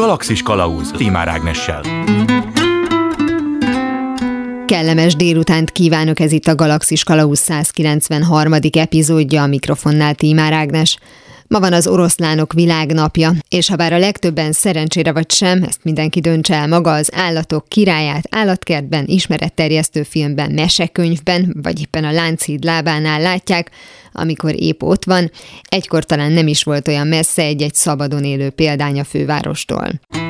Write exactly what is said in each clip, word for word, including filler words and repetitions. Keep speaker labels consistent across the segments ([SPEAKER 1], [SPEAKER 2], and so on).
[SPEAKER 1] Galaxis Kalauz Tímár Ágnessel.
[SPEAKER 2] Kellemes délutánt kívánok, ez itt a Galaxis Kalauz százkilencvenharmadik epizódja, a mikrofonnál Tímár Ágnes. Ma van az oroszlánok világnapja, és ha bár a legtöbben szerencsére vagy sem, ezt mindenki döntse el maga, az állatok királyát állatkertben, ismeretterjesztő filmben, mesekönyvben, vagy éppen a Lánchíd lábánál látják, amikor épp ott van, egykor talán nem is volt olyan messze egy-egy szabadon élő példány a fővárostól.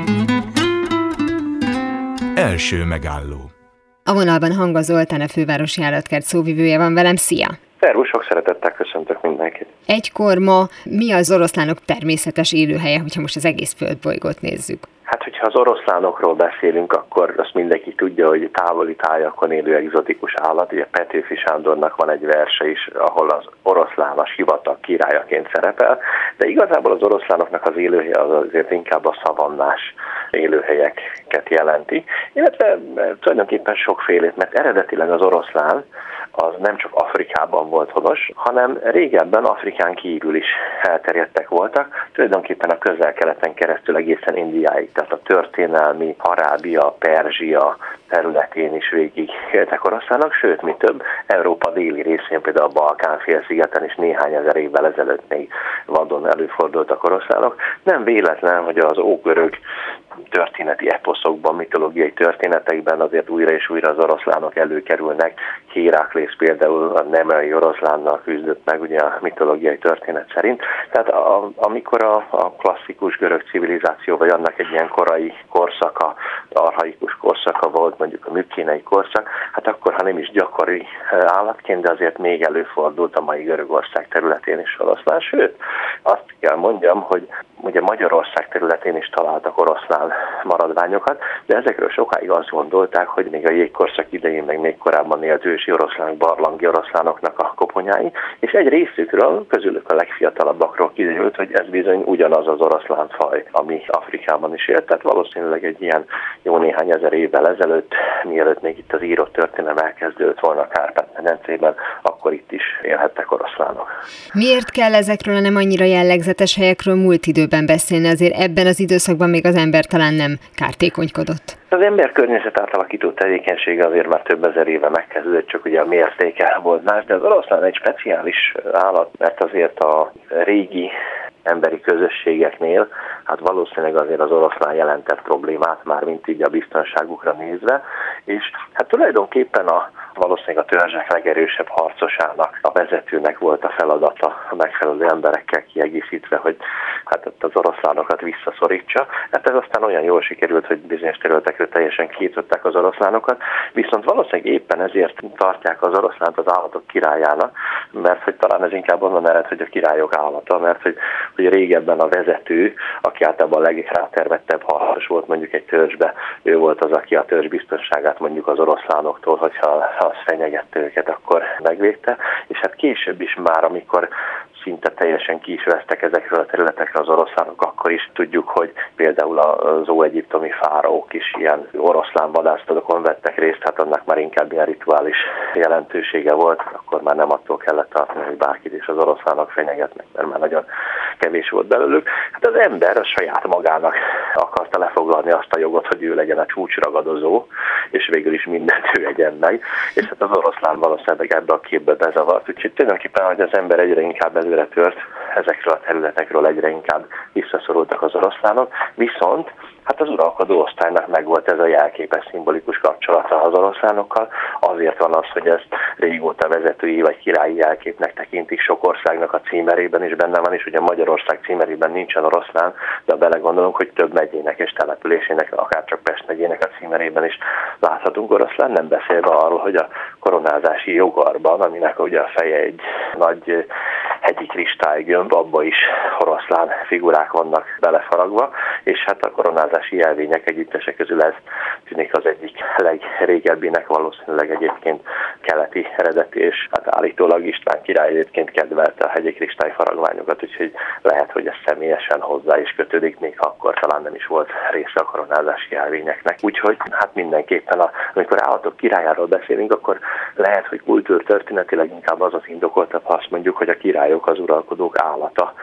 [SPEAKER 1] Első megálló.
[SPEAKER 2] A vonalban Hanga Zoltán, a fővárosi állatkert szóvivője van velem, szia!
[SPEAKER 3] Szervusz, sok szeretettel köszöntök mindenkit.
[SPEAKER 2] Egykor ma mi az oroszlánok természetes élőhelye, hogyha most az egész földbolygót nézzük?
[SPEAKER 3] Hát, hogyha az oroszlánokról beszélünk, akkor azt mindenki tudja, hogy távoli tájakon élő egzotikus állat. Ugye Petőfi Sándornak van egy verse is, ahol az oroszlán a sivatag királyaként szerepel, de igazából az oroszlánoknak az élőhelye az azért inkább a szavannás élőhelyeket jelenti, illetve tulajdonképpen sokfélét, mert eredetileg az oroszlán az nem csak Afrikában volt honos, hanem régebben Afrikán kívül is elterjedtek voltak, tulajdonképpen a Közel-Keleten keresztül egészen Indiáig, tehát a történelmi Arábia, Perzsia területén is végig éltek oroszlánok, sőt, mi több, Európa déli részén, például a Balkán-félszigeten is néhány ezer évvel ezelőtt még vadon előfordultak oroszlánok. Nem véletlen, hogy az ógörög történeti eposzokban, mitológiai történetekben azért újra és újra az oroszlánok előkerülnek. Héraklész például a nemei oroszlánnal küzdött meg, ugye a mitológiai történet szerint. Tehát a, amikor a, a klasszikus görög civilizáció, vagy annak egy ilyen korai korszaka, archaikus korszaka volt, mondjuk a mükkénei korszak, hát akkor, ha nem is gyakori állatként, de azért még előfordult a mai Görögország területén is oroszlán. Sőt, azt kell mondjam, hogy ugye Magyarország területén is találtak oroszlán maradványokat, de ezekről sokáig azt gondolták, hogy még a jégkorszak idején, meg még korábban élt ősi oroszlánok, barlangi oroszlánoknak a koponyái, és egy részükről, közülük a legfiatalabbakról kiderült, hogy ez bizony ugyanaz az oroszlánfaj, ami Afrikában is élt, tehát valószínűleg egy ilyen jó néhány ezer évvel ezelőtt, mielőtt még itt az írott történelem elkezdődött volna a Kárpát-medencében, akkor itt is élhettek oroszlánok.
[SPEAKER 2] Miért kell ezekről a nem annyira jellegzetes helyekről múlt időben beszélni? Azért ebben az időszakban még az ember talán nem kártékonykodott.
[SPEAKER 3] Az ember környezet átalakító tevékenysége azért már több ezer éve megkezdődött, csak ugye a mértéke volt más, de az oroszlán egy speciális állat, mert azért a régi emberi közösségeknél, hát valószínűleg azért az oroszlán jelentett problémát már, mint így a biztonságukra nézve, és hát tulajdonképpen a valószínűleg a törzsek legerősebb harcosának, a vezetőnek volt a feladata a megfelelő emberekkel kiegészítve, hogy hát az oroszlánokat visszaszorítsa. Hát ez aztán olyan jól sikerült, hogy bizonyos területekről teljesen kiították az oroszlánokat, viszont valószínűleg éppen ezért tartják az oroszlánt az állatok királyának, mert hogy talán ez inkább onnan ered, hogy a királyok állata, mert hogy, hogy régebben a vezető, aki általában a legrátermettebb harcos volt mondjuk egy törzsbe, ő volt az, aki a törzs biztonságát mondjuk az oroszlánoktól, hogyha az fenyegette őket, akkor megvédte, és hát később is már, amikor szinte teljesen ki is vesztek ezekről a területekre az oroszlánok, akkor is tudjuk, hogy például az óegyiptomi fáraók is ilyen oroszlán vadászatokon vettek részt, hát annak már inkább ilyen rituális jelentősége volt, akkor már nem attól kellett tartani, hogy bárkit is az oroszlánok fenyegetnek, mert már nagyon kevés volt belőlük. Hát az ember a saját magának akarta lefoglalni azt a jogot, hogy ő legyen a csúcsragadozó, és végül is mindent ő egyen meg, és hát az oroszlán valószínűleg ebbe a képbe bezavart. Úgyhogy tulajdonképpen, hogy az ember egyre inkább előre tört, ezekről a területekről egyre inkább visszaszorultak az oroszlánok, viszont hát az uralkodó osztálynak megvolt ez a jelképes, szimbolikus kapcsolata az oroszlánokkal. Azért van az, hogy ezt régóta vezetői vagy királyi jelképnek tekintik sok országnak a címerében is benne van, és ugye Magyarország címerében nincsen oroszlán, de ha belegondolunk, hogy több megyének és településének, akár csak Pest megyének a címerében is láthatunk oroszlán, nem beszélve arról, hogy a koronázási jogarban, aminek ugye a feje egy nagy hegyi kristálygömb, abba is oroszlán figurák vannak belefaragva, és hát a koronázási jelvények együttesek közül ez tűnik az egyik legrégebbinek, valószínűleg egyébként keleti eredetű, és hát állítólag István király egyébként kedvelte a hegyi kristály faragványokat, úgyhogy lehet, hogy ez személyesen hozzá is kötődik, még akkor talán nem is volt része a koronázási jelvényeknek. Úgyhogy hát mindenképpen, a, amikor állatok királyáról beszélünk, akkor lehet, hogy kultúrtörténetileg inkább az az indokoltabb, ha azt mondjuk, hogy a királyok az uralkodók állata, meg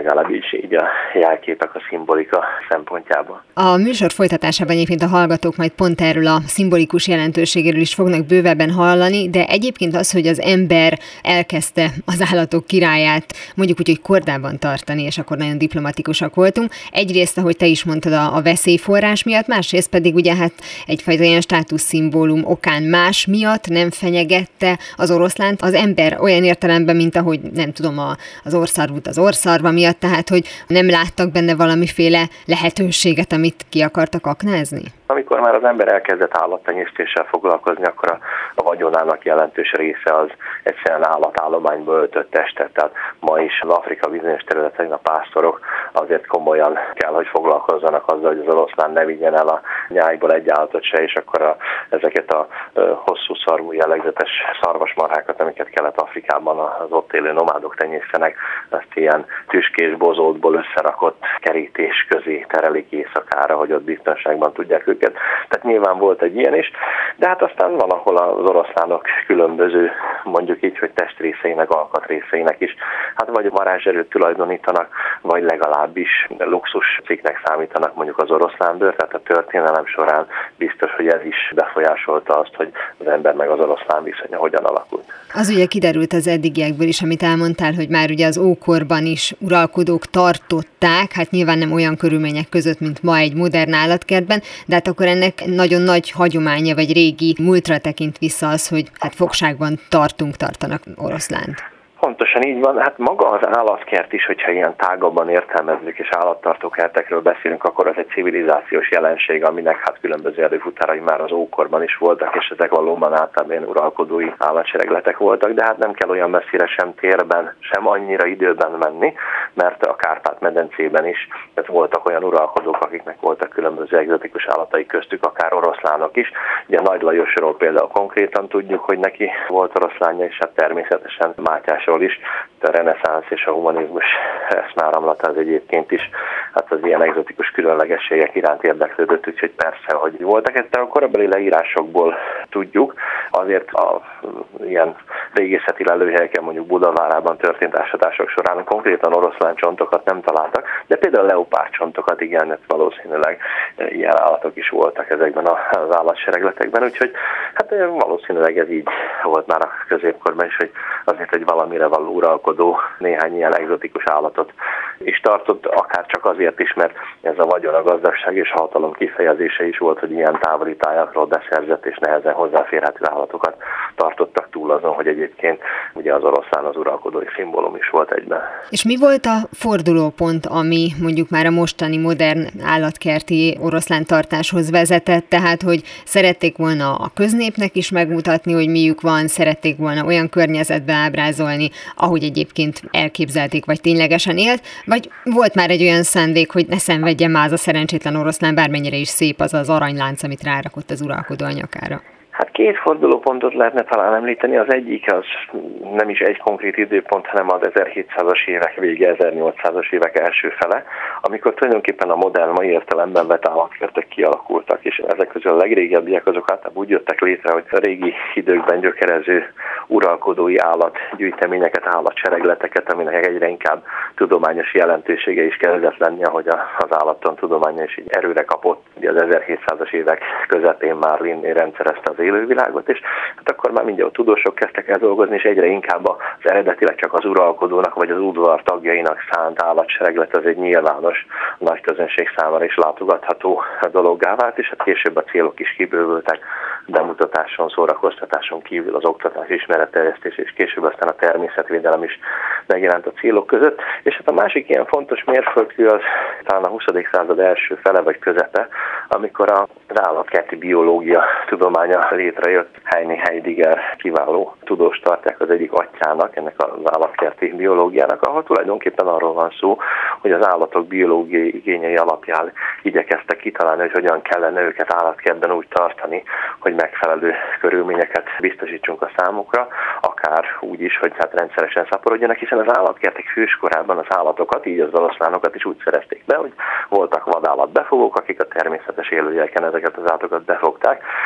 [SPEAKER 3] legalábbis így a jelképek, a szimbolika szempontjából.
[SPEAKER 2] A műsor folytatásában egyébként a hallgatók majd pont erről a szimbolikus jelentőségéről is fognak bővebben hallani, de egyébként az, hogy az ember elkezdte az állatok királyát mondjuk úgy, hogy kordában tartani, és akkor nagyon diplomatikusak voltunk. Egyrészt, ahogy te is mondtad, a, a veszélyforrás miatt, másrészt pedig ugye hát egyfajta ilyen státuszszimbólum okán más miatt nem fenyegette az oroszlánt az ember olyan értelemben, mint ahogy nem tudom, a, az orszarvút az orszarva miatt, tehát hogy nem láttak benne valamiféle lehetőséget, amit ki akartak aknázni?
[SPEAKER 3] Amikor már az ember elkezdett állattenyésztéssel foglalkozni, akkor a, a vagyonának jelentős része az egyszerűen állatállományba öltött testet. Tehát ma is az Afrika bizonyos területein a pásztorok azért komolyan kell, hogy foglalkozzanak azzal, hogy az oroszlán ne vigyen el a nyájból egy állatot se, és akkor a, ezeket a ö, hosszú szarvú jellegzetes szarvasmarhákat, amiket Kelet-Afrikában az ott élő nomádok tenyésztenek, ezt ilyen tüskés bozótból összerakott kerítés közé terelik éjszakára, hogy ott biztonságban tudják őket. Tehát nyilván volt egy ilyen is, de hát aztán van, ahol az oroszlánok különböző, mondjuk így, hogy testrészeinek, alkatrészeinek is, hát vagy varázserőt tulajdonítanak, vagy legalábbis luxus cikknek számítanak mondjuk az oroszlánbőr, tehát a történelem során biztos, hogy ez is befolyásolta azt, hogy az ember meg az oroszlán viszonya hogyan alakult.
[SPEAKER 2] Az ugye kiderült az eddigiekből is, amit elmondtál, hogy már ugye az ókorban is uralkodók tartották, hát nyilván nem olyan körülmények között, mint ma egy modern állatkertben, de hát akkor ennek nagyon nagy hagyománya, vagy régi múltra tekint vissza az, hogy hát fogságban tartunk, tartanak oroszlánt.
[SPEAKER 3] Pontosan így van. Hát maga az állatkert is, hogyha ilyen tágabban értelmezzük és állattartókertekről beszélünk, akkor az egy civilizációs jelenség, aminek hát különböző előfutárai már az ókorban is voltak, és ezek valóban általában uralkodói állatseregletek voltak, de hát nem kell olyan messzire sem térben, sem annyira időben menni, mert a Kárpát-medencében is voltak olyan uralkodók, akiknek voltak különböző egzotikus állatai, köztük akár oroszlánok is. Ugye Nagy Lajosról például konkrétan tudjuk, hogy neki volt oroszlánja, és hát természetesen Mátyásról is, de a reneszánsz és a humanizmus eszmáramlata az egyébként is, hát az ilyen egzotikus különlegességek iránt érdeklődött, úgyhogy persze, hogy voltak. Ezt a korabeli leírásokból tudjuk, azért a ilyen régészeti lelőhelyeken, mondjuk Budavárában történt ásatások során konkrétan oroszlán csontokat nem találtak, de például leopárd csontokat igen, valószínűleg ilyen állatok is voltak ezekben az állatseregletekben, úgyhogy hát valószínűleg ez így volt már a középkorban is, hogy azért, hogy valamire való uralkodó néhány ilyen egzotikus állatot is tartott, akár csak azért is, mert ez a vagyon, a gazdagság és a hatalom kifejezése is volt, hogy ilyen távoli tájakról beszerzett és nehezen hozzáférhető állatokat tartottak túl azon, hogy egyébként ugye az oroszlán az uralkodói szimbólum is volt egyben.
[SPEAKER 2] És mi volt a fordulópont, ami mondjuk már a mostani modern állatkerti oroszlántartáshoz vezetett, tehát hogy szerették volna a köznépnek is megmutatni, hogy miük van, szerették volna olyan környezetbe ábrázolni, ahogy egyébként elképzelték, vagy ténylegesen élt, vagy volt már egy olyan szándék, hogy ne szenvedjen máz a szerencsétlen oroszlán, bármennyire is szép az az aranylánc, amit rárakott az uralkodó a nyakára?
[SPEAKER 3] Hát két fordulópontot lehetne talán említeni. Az egyik az nem is egy konkrét időpont, hanem az ezerhétszázas évek vége, ezernyolcszázas évek első fele, amikor tulajdonképpen a modern mai értelemben vett állatkertek kialakultak, és ezek közül a legrégebbiek azok általában úgy jöttek létre, hogy a régi időkben gyökerező uralkodói állatgyűjteményeket, állatseregleteket, aminek egyre inkább tudományos jelentősége is kezdett lenni, ahogy az állattan tudománya is így erőre kapott. Ugye az ezerhétszázas évek közepén már Linné rendszerezte az élővilágot, és hát akkor már mindjárt a tudósok kezdtek el dolgozni, és egyre inkább az eredetileg csak az uralkodónak vagy az udvar tagjainak szánt állatsereglet az egy nyilvános, nagy közönség számára is látogatható dologgá vált, és hát később a célok is kibővültek, bemutatáson, szórakoztatáson kívül az oktatás, ismeretterjesztés, és később aztán a természetvédelem is megjelent a célok között. És hát a másik ilyen fontos mérföldkő az talán a huszadik század első fele vagy közepe, amikor az állatkerti biológia tudománya létrejött. Heini Heidegger kiváló tudós tartják az egyik atyának, ennek az állatkerti biológiának, ahol tulajdonképpen arról van szó, hogy az állatok biológiai igényei alapján igyekeztek kitalálni, hogy hogyan kellene őket állatkertben úgy tartani, hogy megfelelő körülményeket biztosítsunk a számukra, akár úgy is, hogy hát rendszeresen szaporodjanak, hiszen az állatkertek hőskorában az állatokat, így az oroszlánokat is úgy szerezték be, hogy voltak vadállatbefogók, akik a természetes élőhelyeken ezeket az állatokat befogták,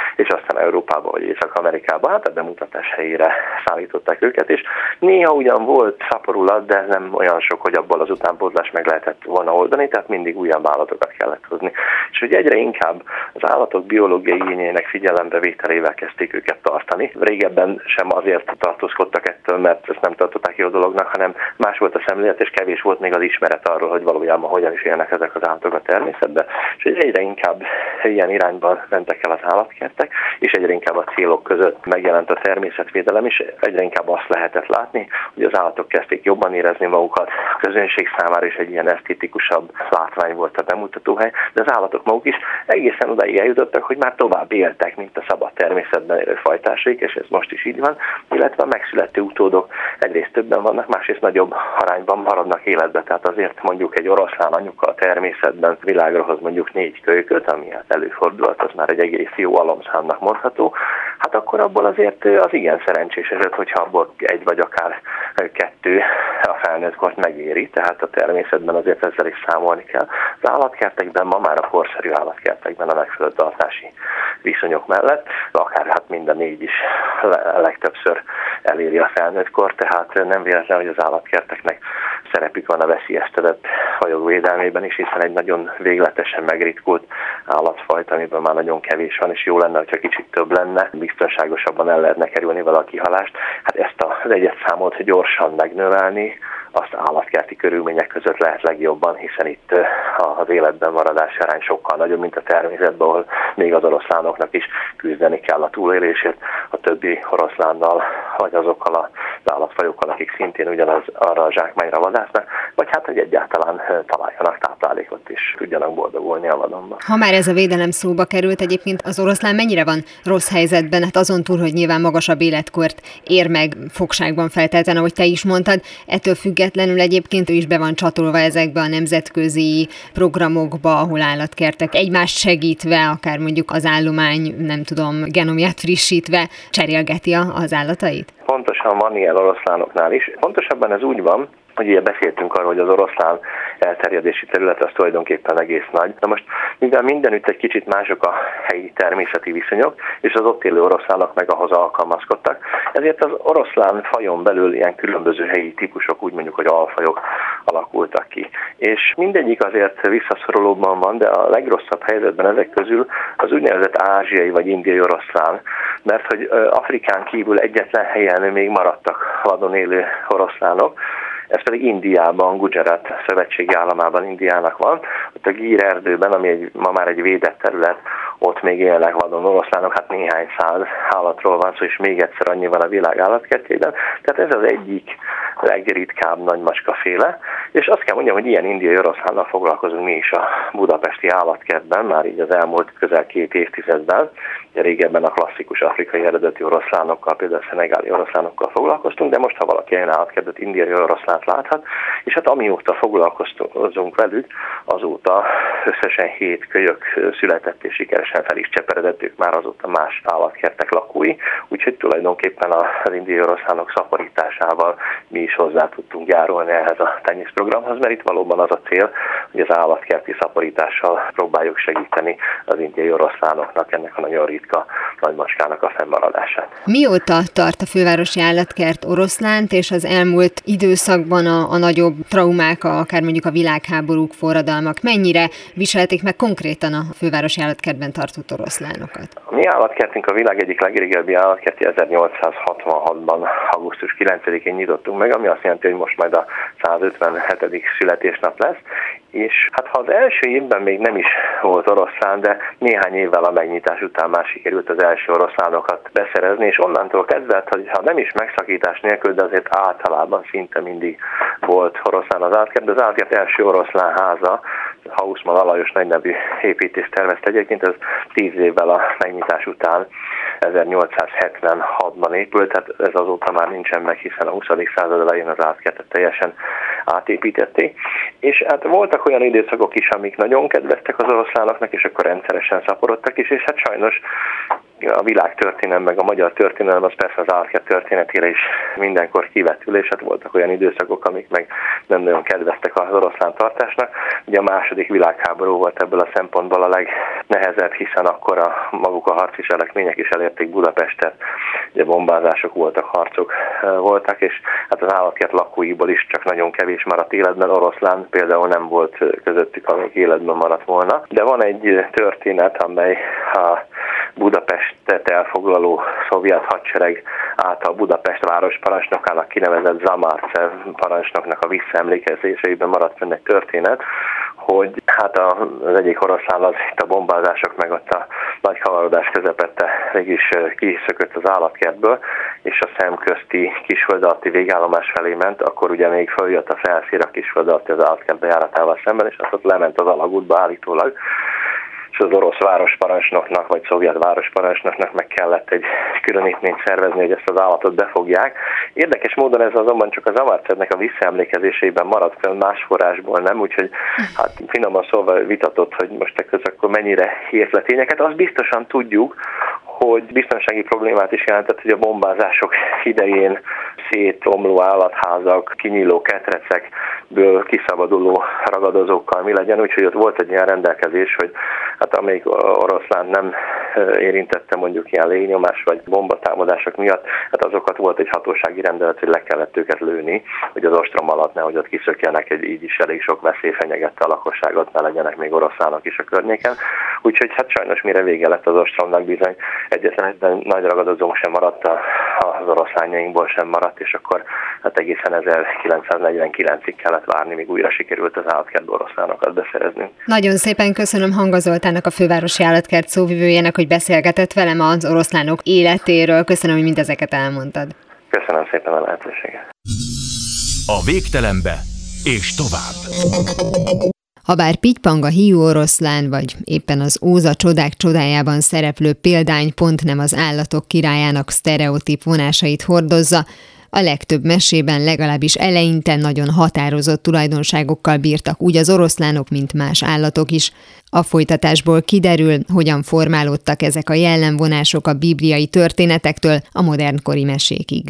[SPEAKER 3] és aztán Európába vagy Észak-Amerikába, hát a bemutatás helyére szállították őket, és néha ugyan volt szaporulat, de nem olyan sok, hogy abból az utánpótlást meg lehetett volna oldani, tehát mindig újabb állatokat kellett hozni. És hogy egyre inkább az állatok biológiai igényének figyelembevételével kezdték őket tartani. Régebben sem azért tartózkodtak ettől, mert ezt nem tartották jó dolognak, hanem más volt a szemlélet, és kevés volt még az ismeret arról, hogy valójában hogyan is élnek ezek az állatok a természetben. És egyre inkább ilyen irányban mentek el az állatkertek, és egyre inkább a célok között megjelent a természetvédelem, és egyre inkább azt lehetett látni, hogy az állatok kezdték jobban érezni magukat, a közönség számára is egy ilyen esztétikusabb látvány volt a bemutatóhely, de az állatok maguk is egészen odáig eljutottak, hogy már tovább éltek, mint a szabad természetben élő fajtásaik, és ez most is így van, illetve a megszülető utódok egyrészt többen vannak, másrészt nagyobb arányban maradnak életbe, tehát azért mondjuk egy oroszlán anyuka a természetben világra hoz mondjuk négy kölyköt, ami előfordulhat, az már egy egész jó alomszámnak mondható, hát akkor abból azért az igen szerencsés eset, hogyha abból egy vagy akár kettő a felnőttkort megéri, tehát a természetben azért ezzel is számolni kell. Az állatkertekben ma már a korszerű állatkertekben a megfelelő tartási viszonyok mellett, akár hát mind a négy is legtöbbször eléri a felnőttkor, tehát nem véletlen, hogy az állatkerteknek szerepük van a veszélyeztetett fajok védelmében is, hiszen egy nagyon végletesen megritkult állatfajta, amiben már nagyon kevés van, és jó lenne, hogyha kicsit több lenne, biztonságosabban el lehetne kerülni vele a kihalást. Hát ezt az egyet számot gyorsan megnövelni, azt állatkerti körülmények között lehet legjobban, hiszen itt az életben maradás arány sokkal nagyobb, mint a természetben, ahol még az oroszlánoknak is küzdeni kell a túlélésért a többi oroszlánnal, vagy azokkal az állatfajokkal, akik szintén ugyanaz arra a zsákmányra vadásznak, vagy hát, hogy egyáltalán találjanak táplálékot és tudjanak boldogulni a vadonban.
[SPEAKER 2] Ha már ez a védelem szóba került, egyébként az oroszlán mennyire van rossz helyzetben? Hát azon túl, hogy nyilván magasabb életkort ér meg fogságban feltétlenül, ahogy te is mondtad, ettől függetlenül egyébként ő is be van csatolva ezekbe a nemzetközi programokba, ahol állatkertek egymást segítve, akár mondjuk az állomány, nem tudom, genomját frissítve cserélgeti az állatait?
[SPEAKER 3] Pontosan van ilyen oroszlánoknál is. Pontosabban ez úgy van, hogy ugye beszéltünk arról, hogy az oroszlán elterjedési terület az tulajdonképpen egész nagy. Na most, mivel mindenütt egy kicsit mások a helyi természeti viszonyok, és az ott élő oroszlánok meg ahhoz alkalmazkodtak, ezért az oroszlán fajon belül ilyen különböző helyi típusok, úgy mondjuk, hogy alfajok alakultak ki. És mindegyik azért visszaszorulóban van, de a legrosszabb helyzetben ezek közül az úgynevezett ázsiai vagy indiai oroszlán, mert hogy Afrikán kívül egyetlen helyen még maradtak vadon élő oroszlánok, ez pedig Indiában, Gujarat szövetségi államában Indiának van. Ott a Gír erdőben, ami egy, ma már egy védett terület, ott még élnek vadon oroszlánok, hát néhány száz állatról van szó, és még egyszer annyi van a világ állatkertjében. Tehát ez az egyik legritkább nagymacskaféle, és azt kell mondjam, hogy ilyen indiai oroszlánnal foglalkozunk mi is a budapesti állatkertben, már így az elmúlt közel két évtizedben. Régebben a klasszikus afrikai eredetű oroszlánokkal, például a szenegáli oroszlánokkal foglalkoztunk, de most, ha valaki ilyen állatkertet indiai oroszlánt láthat, és hát amióta foglalkoztunk velük, azóta összesen hét kölyök született és sikeresen fel is cseperedett, ők már azóta más állatkertek lakói, úgyhogy tulajdonképpen az indiai oroszlánok szaporításával mi is hozzá tudtunk járulni ehhez a tenyészprogramhoz, mert itt valóban az a cél, hogy az állatkerti szaporítással próbáljuk segíteni az indiai oroszlánoknak, ennek a nagyon ritka nagymacskának a fennmaradását.
[SPEAKER 2] Mióta tart a fővárosi állatkert oroszlánt, és az elmúlt időszakban a, a nagyobb traumák, akár mondjuk a világháborúk, forradalmak mennyire viselték meg konkrétan a fővárosi állatkertben tartott oroszlánokat?
[SPEAKER 3] A mi állatkertünk a világ egyik legrégebbi állatkerti, ezernyolcszázhatvanhatban augusztus kilencedikén nyitottunk meg, ami azt jelenti, hogy most majd a százötvenhetedik születésnap lesz, és hát ha az első évben még nem is volt oroszlán, de néhány évvel a megnyitás után már sikerült az első oroszlánokat beszerezni, és onnantól kezdve, hogy ha nem is megszakítás nélkül, de azért általában szinte mindig volt oroszlán az állatkert, de az állatkert első oroszlán háza, Hausmann Alajos nagynevű építést tervezte egyébként, ez tíz évvel a megnyitás után ezernyolcszázhetvenhatban épült, tehát ez azóta már nincsen meg, hiszen a huszadik század elején az állatkertet teljesen átépítették. És hát voltak olyan időszakok is, amik nagyon kedveztek az oroszlánoknak, és akkor rendszeresen szaporodtak is, és hát sajnos A világ történelem, meg a magyar történelem az persze az állatkert történetére is mindenkor kivetül, és hát voltak olyan időszakok, amik meg nem nagyon kedveztek az oroszlán tartásnak. Ugye a második világháború volt ebből a szempontból a legnehezebb, hiszen akkor a maguk a harci cselekmények is elérték Budapestet, ugye bombázások voltak, harcok voltak, és hát az állatkert lakóiból is csak nagyon kevés maradt életben, oroszlán például nem volt közöttük, amelyik életben maradt volna. De van egy történet, amely a Budapestet elfoglaló szovjet hadsereg által Budapest városparancsnokának kinevezett Zamarcev parancsnoknak a visszaemlékezéseiben maradt fenn egy történet, hogy hát az egyik oroszlán az itt a bombázások meg ott a nagy kavarodás közepette mégis kiszökött az állatkertből, és a szemközti Kisföld alatti végállomás felé ment, akkor ugye még följött a felszír a Kisföld alatti az állatkert bejáratával szemben, és azt ott lement az alagútba állítólag, és az orosz városparancsnoknak, vagy szovjet városparancsnoknak meg kellett egy különítményt szervezni, hogy ezt az állatot befogják. Érdekes módon ez azonban csak az Zamarcevnek a visszaemlékezéseiben maradt fel, más forrásból nem, úgyhogy hát finoman szóval vitatott, hogy most ekkor akkor mennyire hírt le tényeket. Azt biztosan tudjuk, hogy biztonsági problémát is jelentett, hogy a bombázások idején szétomló állatházak, kinyíló ketrecekből kiszabaduló ragadozókkal mi legyen, úgyhogy ott volt egy ilyen rendelkezés, hogy hát amelyik oroszlán nem érintette mondjuk ilyen légnyomás vagy bombatámadások miatt, hát azokat volt egy hatósági rendelet, hogy le kellett őket lőni, hogy az ostrom alatt nehogy ott kiszökjenek, egy így is elég sok veszély fenyegette a lakosságot, ne legyenek még oroszlánok is a környéken. Úgyhogy hát sajnos mire vége lett az ostromnak, bizony egyetlen egyben nagy ragadozónk sem maradt, az oroszlányainkból sem maradt, és akkor hát egészen ezerkilencszáznegyvenkilencig kellett várni, míg újra sikerült az állatkertből oroszlánokat beszereznünk.
[SPEAKER 2] Nagyon szépen köszönöm Hanga Zoltánnak, a fővárosi állatkert szóvivőjének, hogy beszélgetett velem az oroszlánok életéről. Köszönöm, hogy mindezeket elmondtad.
[SPEAKER 3] Köszönöm szépen a lehetőséget.
[SPEAKER 1] A végtelenbe és tovább.
[SPEAKER 2] Habár Pitypang a hiú oroszlán, vagy éppen az Óza csodák csodájában szereplő példány pont nem az állatok királyának sztereotíp vonásait hordozza, a legtöbb mesében legalábbis eleinte nagyon határozott tulajdonságokkal bírtak úgy az oroszlánok, mint más állatok is. A folytatásból kiderül, hogyan formálódtak ezek a jellemvonások a bibliai történetektől a modernkori mesékig.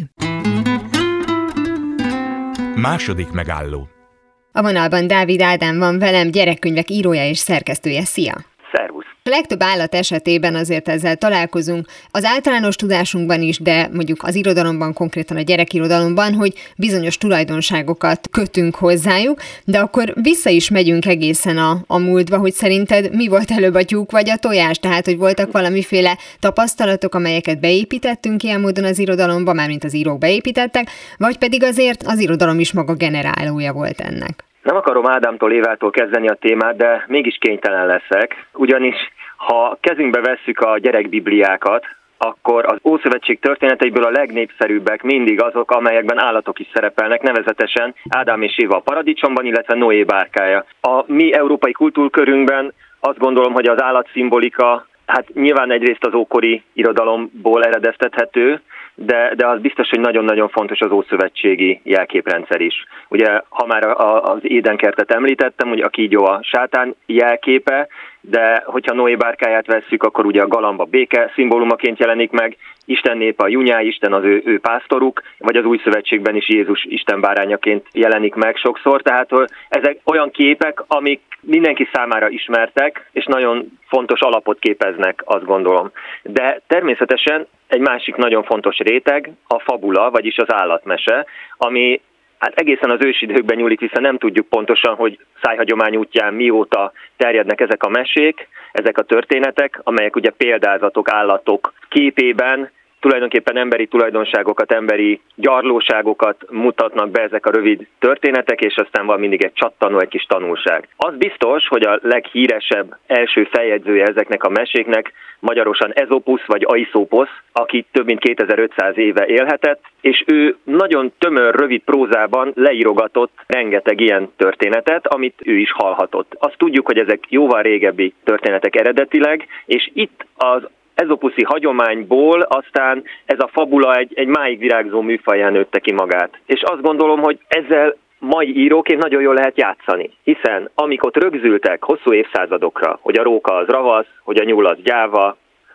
[SPEAKER 1] Második megálló.
[SPEAKER 2] A vonalban Dávid Ádám van velem, gyerekkönyvek írója és szerkesztője. Szia!
[SPEAKER 4] Szervusz!
[SPEAKER 2] A legtöbb állat esetében azért ezzel találkozunk, az általános tudásunkban is, de mondjuk az irodalomban, konkrétan a gyerekirodalomban, hogy bizonyos tulajdonságokat kötünk hozzájuk, de akkor vissza is megyünk egészen a, a múltba, hogy szerinted mi volt előbb a tyúk vagy a tojás, tehát hogy voltak valamiféle tapasztalatok, amelyeket beépítettünk ilyen módon az irodalomba, mármint az írók beépítettek, vagy pedig azért az irodalom is maga generálója volt ennek.
[SPEAKER 4] Nem akarom Ádámtól, Évától kezdeni a témát, de mégis kénytelen leszek, ugyanis ha kezünkbe vesszük a gyerekbibliákat, akkor az Ószövetség történeteiből a legnépszerűbbek mindig azok, amelyekben állatok is szerepelnek, nevezetesen Ádám és Éva a paradicsomban, illetve Noé bárkája. A mi európai kultúrkörünkben azt gondolom, hogy az állatszimbolika, hát nyilván egyrészt az ókori irodalomból eredeztethető, de, de az biztos, hogy nagyon-nagyon fontos az ószövetségi jelképrendszer is. Ugye, ha már az Édenkertet említettem, hogy a kígyó a sátán jelképe, de hogyha Noé bárkáját vesszük, akkor ugye a galamba béke szimbólumaként jelenik meg, Isten népe a junyáj, Isten az ő, ő pásztoruk, vagy az új szövetségben is Jézus Isten bárányaként jelenik meg sokszor. Tehát ezek olyan képek, amik mindenki számára ismertek, és nagyon fontos alapot képeznek, azt gondolom. De természetesen egy másik nagyon fontos réteg a fabula, vagyis az állatmese, ami hát egészen az ősidőkben nyúlik, vissza, nem tudjuk pontosan, hogy szájhagyomány útján mióta terjednek ezek a mesék, ezek a történetek, amelyek ugye példázatok, állatok képében tulajdonképpen emberi tulajdonságokat, emberi gyarlóságokat mutatnak be ezek a rövid történetek, és aztán van mindig egy csattanó, egy kis tanulság. Az biztos, hogy a leghíresebb első feljegyzője ezeknek a meséknek magyarosan Ezopusz vagy Aiszóposz, aki több mint kétezer-ötszáz éve élhetett, és ő nagyon tömör, rövid prózában leírogatott rengeteg ilyen történetet, amit ő is hallhatott. Azt tudjuk, hogy ezek jóval régebbi történetek eredetileg, és itt az ezopuszi hagyományból aztán ez a fabula egy, egy máig virágzó műfaján nőtte ki magát. És azt gondolom, hogy ezzel mai íróként nagyon jól lehet játszani, hiszen amik ott rögzültek hosszú évszázadokra, hogy a róka az ravasz, hogy a nyúl az gyáva,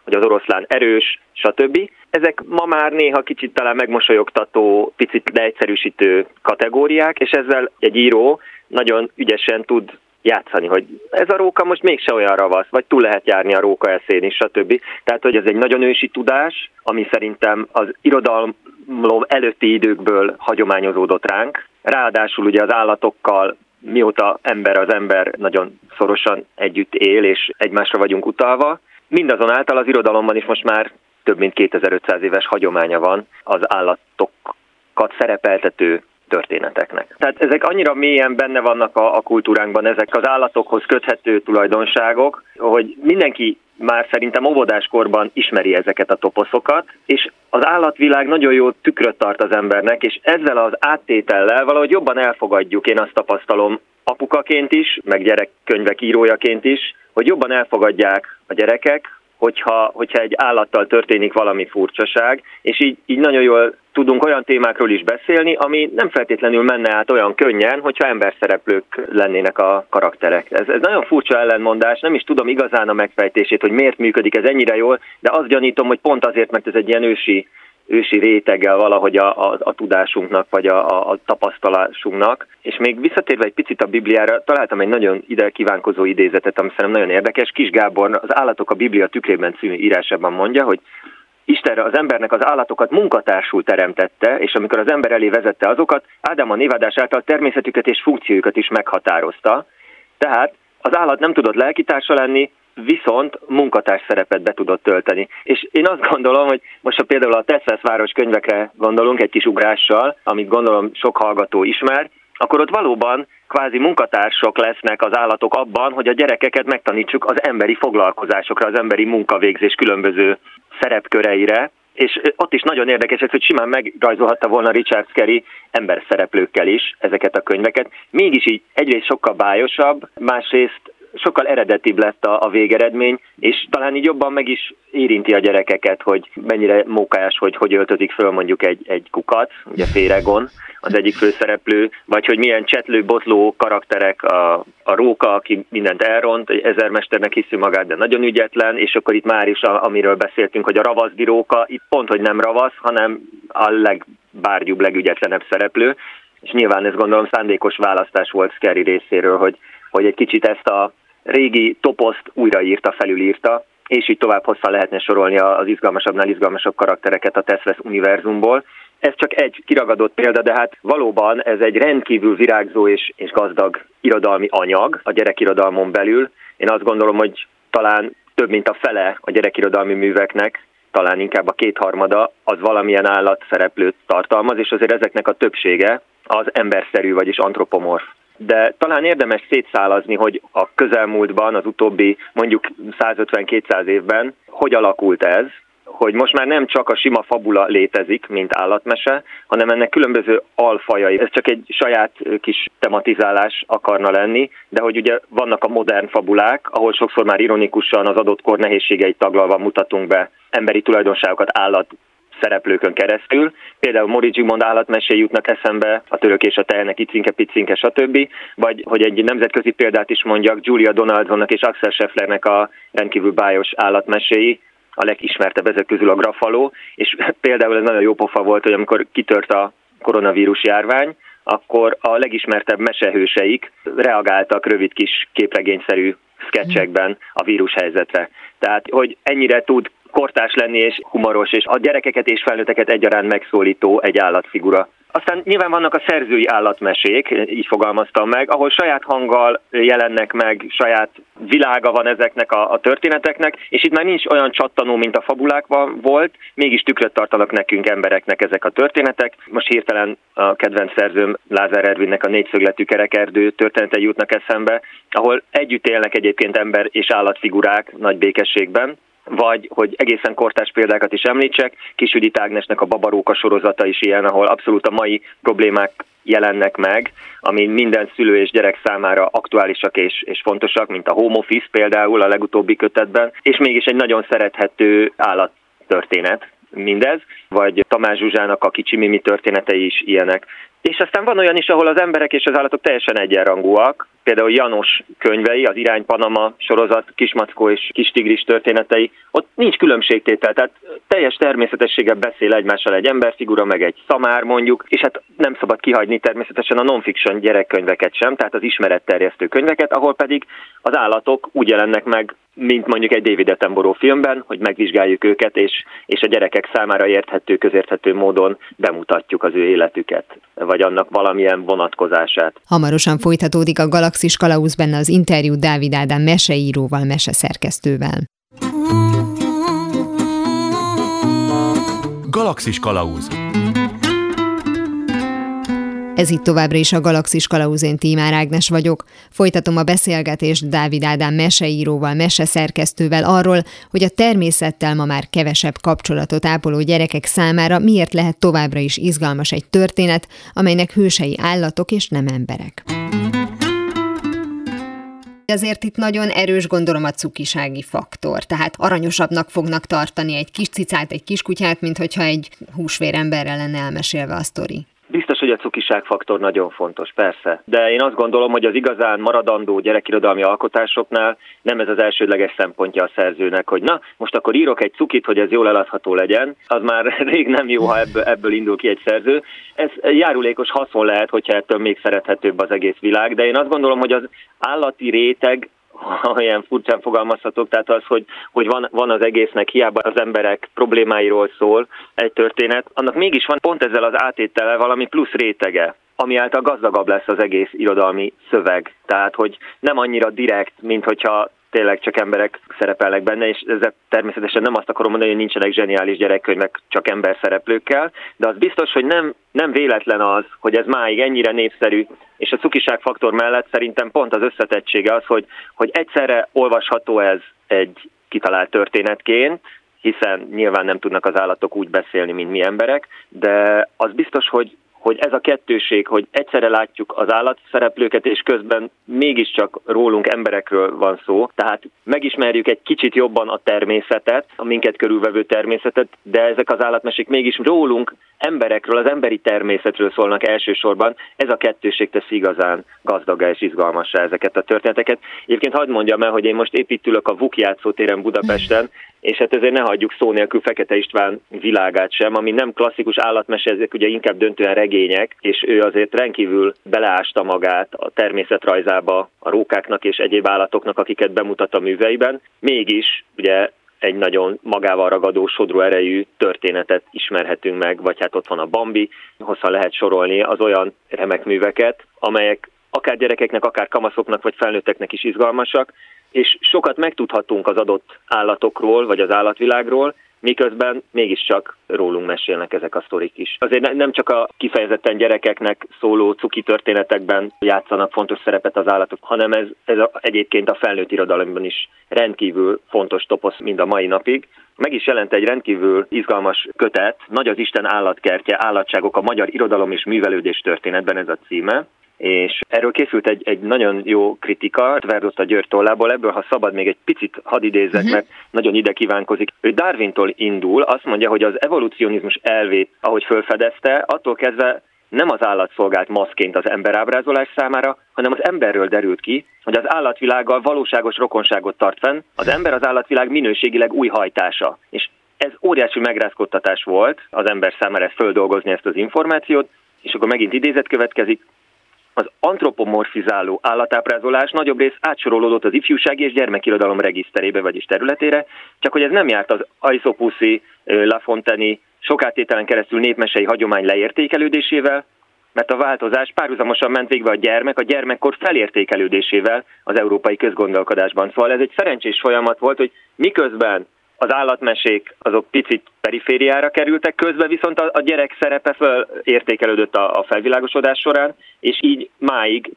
[SPEAKER 4] hogy az oroszlán erős, stb. Ezek ma már néha kicsit talán megmosolyogtató, picit leegyszerűsítő kategóriák, és ezzel egy író nagyon ügyesen tud játszani, hogy ez a róka most mégse olyan ravasz, vagy túl lehet járni a róka eszén is, stb. Tehát, hogy ez egy nagyon ősi tudás, ami szerintem az irodalom előtti időkből hagyományozódott ránk. Ráadásul ugye az állatokkal, mióta ember az ember nagyon szorosan együtt él, és egymásra vagyunk utalva. Mindazonáltal az irodalomban is most már több mint kétezer-ötszáz éves hagyománya van az állatokat szerepeltető történeteknek. Tehát ezek annyira mélyen benne vannak a, a kultúránkban, ezek az állatokhoz köthető tulajdonságok, hogy mindenki már szerintem óvodáskorban ismeri ezeket a toposzokat, és az állatvilág nagyon jó tükröt tart az embernek, és ezzel az áttétellel valahogy jobban elfogadjuk, én azt tapasztalom apukaként is, meg gyerekkönyvek írójaként is, hogy jobban elfogadják a gyerekek, hogyha, hogyha egy állattal történik valami furcsaság, és így, így nagyon jól tudunk olyan témákról is beszélni, ami nem feltétlenül menne át olyan könnyen, hogyha emberszereplők lennének a karakterek. Ez, ez nagyon furcsa ellentmondás, nem is tudom igazán a megfejtését, hogy miért működik ez ennyire jól, de azt gyanítom, hogy pont azért, mert ez egy ilyen ősi, ősi réteggel valahogy a, a, a tudásunknak, vagy a, a, a tapasztalásunknak. És még visszatérve egy picit a Bibliára, találtam egy nagyon ide kívánkozó idézetet, ami szerintem nagyon érdekes. Kis Gábor az Állatok a Biblia tükrében című írásában mondja, hogy Isten az embernek az állatokat munkatársul teremtette, és amikor az ember elé vezette azokat, Ádám a névadás által természetüket és funkciójukat is meghatározta. Tehát az állat nem tudott lelkitársa lenni, viszont munkatárs szerepet be tudott tölteni. És én azt gondolom, hogy most ha például a Teszvesz város könyvekre gondolunk egy kis ugrással, amit gondolom sok hallgató ismer, akkor ott valóban kvázi munkatársok lesznek az állatok abban, hogy a gyerekeket megtanítsuk az emberi foglalkozásokra, az emberi munkavégzés különböző szerepköreire, és ott is nagyon érdekes, hogy simán megrajzolhatta volna Richard Scarry emberszereplőkkel is ezeket a könyveket. Mégis így egyrészt sokkal bájosabb, másrészt sokkal eredetibb lett a, a végeredmény, és talán így jobban meg is érinti a gyerekeket, hogy mennyire mókás, hogy hogy öltözik föl mondjuk egy, egy kukat, ugye Féregon, az egyik főszereplő, vagy hogy milyen csetlő-botló karakterek, a, a róka, aki mindent elront, egy ezermesternek hiszi magát, de nagyon ügyetlen, és akkor itt már is, a, amiről beszéltünk, hogy a ravaszdi róka, itt pont, hogy nem ravasz, hanem a legbárgyúbb, legügyetlenebb szereplő, és nyilván ez gondolom szándékos választás volt Scarry részéről, hogy, hogy egy kicsit ezt a régi toposzt újraírta, felülírta, és így tovább hosszan lehetne sorolni az izgalmasabbnál izgalmasabb karaktereket a Teszvesz univerzumból. Ez csak egy kiragadott példa, de hát valóban ez egy rendkívül virágzó és, és gazdag irodalmi anyag a gyerekirodalmon belül. Én azt gondolom, hogy talán több mint a fele a gyerekirodalmi műveknek, talán inkább a kétharmada, az valamilyen állatszereplőt tartalmaz, és azért ezeknek a többsége az emberszerű, vagyis antropomorf. De talán érdemes szétszálazni, hogy a közelmúltban, az utóbbi mondjuk százötven-kétszáz évben hogy alakult ez, hogy most már nem csak a sima fabula létezik, mint állatmese, hanem ennek különböző alfajai. Ez csak egy saját kis tematizálás akarna lenni, de hogy ugye vannak a modern fabulák, ahol sokszor már ironikusan az adott kor nehézségeit taglalva mutatunk be emberi tulajdonságokat állat szereplőkön keresztül. Például Móri Zsigmond állatmeséi jutnak eszembe, a Török és a tehenek, Icinke, Picinke, stb. Vagy hogy egy nemzetközi példát is mondjak, Julia Donaldsonnak és Axel Schefflernek a rendkívül bájos állatmeséi, a legismertebb ezek közül a Grafaló, és például ez nagyon jó pofa volt, hogy amikor kitört a koronavírus járvány, akkor a legismertebb mesehőseik reagáltak rövid kis képregényszerű szketchekben a vírushelyzetre. Tehát, hogy ennyire tud kortárs lenni és humoros, és a gyerekeket és felnőtteket egyaránt megszólító egy állatfigura. Aztán nyilván vannak a szerzői állatmesék, így fogalmaztam meg, ahol saját hanggal jelennek meg, saját világa van ezeknek a, a történeteknek, és itt már nincs olyan csattanó, mint a fabulákban volt, mégis tükröt tartanak nekünk embereknek ezek a történetek. Most hirtelen a kedvenc szerzőm Lázár Ervinnek a Négyszögletű kerekerdő történetei jutnak eszembe, ahol együtt élnek egyébként ember és állatfigurák nagy békességben, vagy hogy egészen kortárs példákat is említsek, Kis Judit Ágnesnek a Babaróka sorozata is ilyen, ahol abszolút a mai problémák jelennek meg, ami minden szülő és gyerek számára aktuálisak és, és fontosak, mint a Home Office például a legutóbbi kötetben, és mégis egy nagyon szerethető állattörténet mindez, vagy Tamás Zsuzsának a Kicsi Mimi történetei is ilyenek. És aztán van olyan is, ahol az emberek és az állatok teljesen egyenrangúak. Például Janos könyvei, az Irány Panama sorozat, Kismackó és Kis tigris történetei, ott nincs különbségtétel, tehát teljes természetességgel beszél egymással egy emberfigura, meg egy szamár mondjuk, és hát nem szabad kihagyni természetesen a non-fiction gyerekkönyveket sem, tehát az ismeretterjesztő könyveket, ahol pedig az állatok úgy jelennek meg, mint mondjuk egy David Attenborough filmben, hogy megvizsgáljuk őket, és, és a gyerekek számára érthető, közérthető módon bemutatjuk az ő életüket, vagy annak valamilyen vonatkozását.
[SPEAKER 2] Hamarosan folytatódik a Galaxis Kalauz, benne az interjú Dávid Ádám meseíróval, meseszerkesztővel.
[SPEAKER 1] Galaxis Kalauz.
[SPEAKER 2] Ez itt továbbra is a Galaxis Kalauz, én Tímár Ágnes vagyok. Folytatom a beszélgetést Dávid Ádám meseíróval, meseszerkesztővel arról, hogy a természettel ma már kevesebb kapcsolatot ápoló gyerekek számára miért lehet továbbra is izgalmas egy történet, amelynek hősei állatok és nem emberek. Azért itt nagyon erős, gondolom, a cukisági faktor. Tehát aranyosabbnak fognak tartani egy kis cicát, egy kis kutyát, mint hogyha egy húsvéremberrel lenne elmesélve a sztori.
[SPEAKER 4] Biztos, hogy a cukiságfaktor nagyon fontos, persze. De én azt gondolom, hogy az igazán maradandó gyerekirodalmi alkotásoknál nem ez az elsődleges szempontja a szerzőnek, hogy na, most akkor írok egy cukit, hogy ez jól eladható legyen. Az már rég nem jó, ha ebből, ebből indul ki egy szerző. Ez járulékos haszon lehet, hogyha ettől még szerethetőbb az egész világ, de én azt gondolom, hogy az állati réteg, olyan furcsán fogalmazhatok, tehát az, hogy, hogy van, van az egésznek, hiába az emberek problémáiról szól egy történet, annak mégis van pont ezzel az átétele valami plusz rétege, ami által gazdagabb lesz az egész irodalmi szöveg. Tehát, hogy nem annyira direkt, mint hogyha tényleg csak emberek szerepelnek benne, és ezzel természetesen nem azt akarom mondani, hogy nincsenek zseniális gyerekkönyvek csak ember szereplőkkel, de az biztos, hogy nem, nem véletlen az, hogy ez máig ennyire népszerű, és a cukiságfaktor mellett szerintem pont az összetettsége az, hogy, hogy egyszerre olvasható ez egy kitalált történetként, hiszen nyilván nem tudnak az állatok úgy beszélni, mint mi emberek, de az biztos, hogy hogy ez a kettőség, hogy egyszerre látjuk az állatszereplőket, és közben mégiscsak rólunk, emberekről van szó. Tehát megismerjük egy kicsit jobban a természetet, a minket körülvevő természetet, de ezek az állatmesék mégis rólunk, emberekről, az emberi természetről szólnak elsősorban. Ez a kettőség teszi igazán gazdagá és izgalmassá ezeket a történeteket. Egyébként hadd mondjam el, hogy én most építülök a Vuk játszótéren Budapesten, és hát ezért ne hagyjuk szó nélkül Fekete István világát sem, ami nem klasszikus állatmese, ezek ugye inkább döntően regények, és ő azért rendkívül beleásta magát a természetrajzába, a rókáknak és egyéb állatoknak, akiket bemutat a műveiben. Mégis ugye egy nagyon magával ragadó, sodró erejű történetet ismerhetünk meg, vagy hát ott van a Bambi, hosszan lehet sorolni az olyan remek műveket, amelyek akár gyerekeknek, akár kamaszoknak, vagy felnőtteknek is izgalmasak, és sokat megtudhatunk az adott állatokról, vagy az állatvilágról, miközben mégiscsak rólunk mesélnek ezek a sztorik is. Azért nem csak a kifejezetten gyerekeknek szóló cuki történetekben játszanak fontos szerepet az állatok, hanem ez, ez a, egyébként a felnőtt irodalomban is rendkívül fontos toposz mind a mai napig. Meg is jelent egy rendkívül izgalmas kötet, Nagy az Isten állatkertje, állatságok a magyar irodalom és művelődés történetben, ez a címe. És erről készült egy, egy nagyon jó kritika, Verdotta György tollából, ebből, ha szabad, még egy picit hadd idézzek, uh-huh. mert nagyon ide kívánkozik. Ő Darwintól indul, azt mondja, hogy az evolucionizmus elvét, ahogy felfedezte, attól kezdve nem az állat szolgált maszként az emberábrázolás számára, hanem az emberről derült ki, hogy az állatvilággal valóságos rokonságot tart fenn, az ember az állatvilág minőségileg új hajtása. És ez óriási megrázkódtatás volt az ember számára ezt földolgozni, ezt az információt, és akkor megint idézet következik. Az antropomorfizáló állatábrázolás nagyobb rész átsorolódott az ifjúsági és gyermekirodalom regiszterébe, vagyis területére, csak hogy ez nem járt az Aesopuszi, La Fontaine-i sok áttételen keresztül népmesei hagyomány leértékelődésével, mert a változás párhuzamosan ment végbe a gyermek, a gyermekkor felértékelődésével az európai közgondolkodásban. Szóval ez egy szerencsés folyamat volt, hogy miközben az állatmesék azok picit perifériára kerültek, közben viszont a, a gyerek szerepe felértékelődött a, a felvilágosodás során, és így máig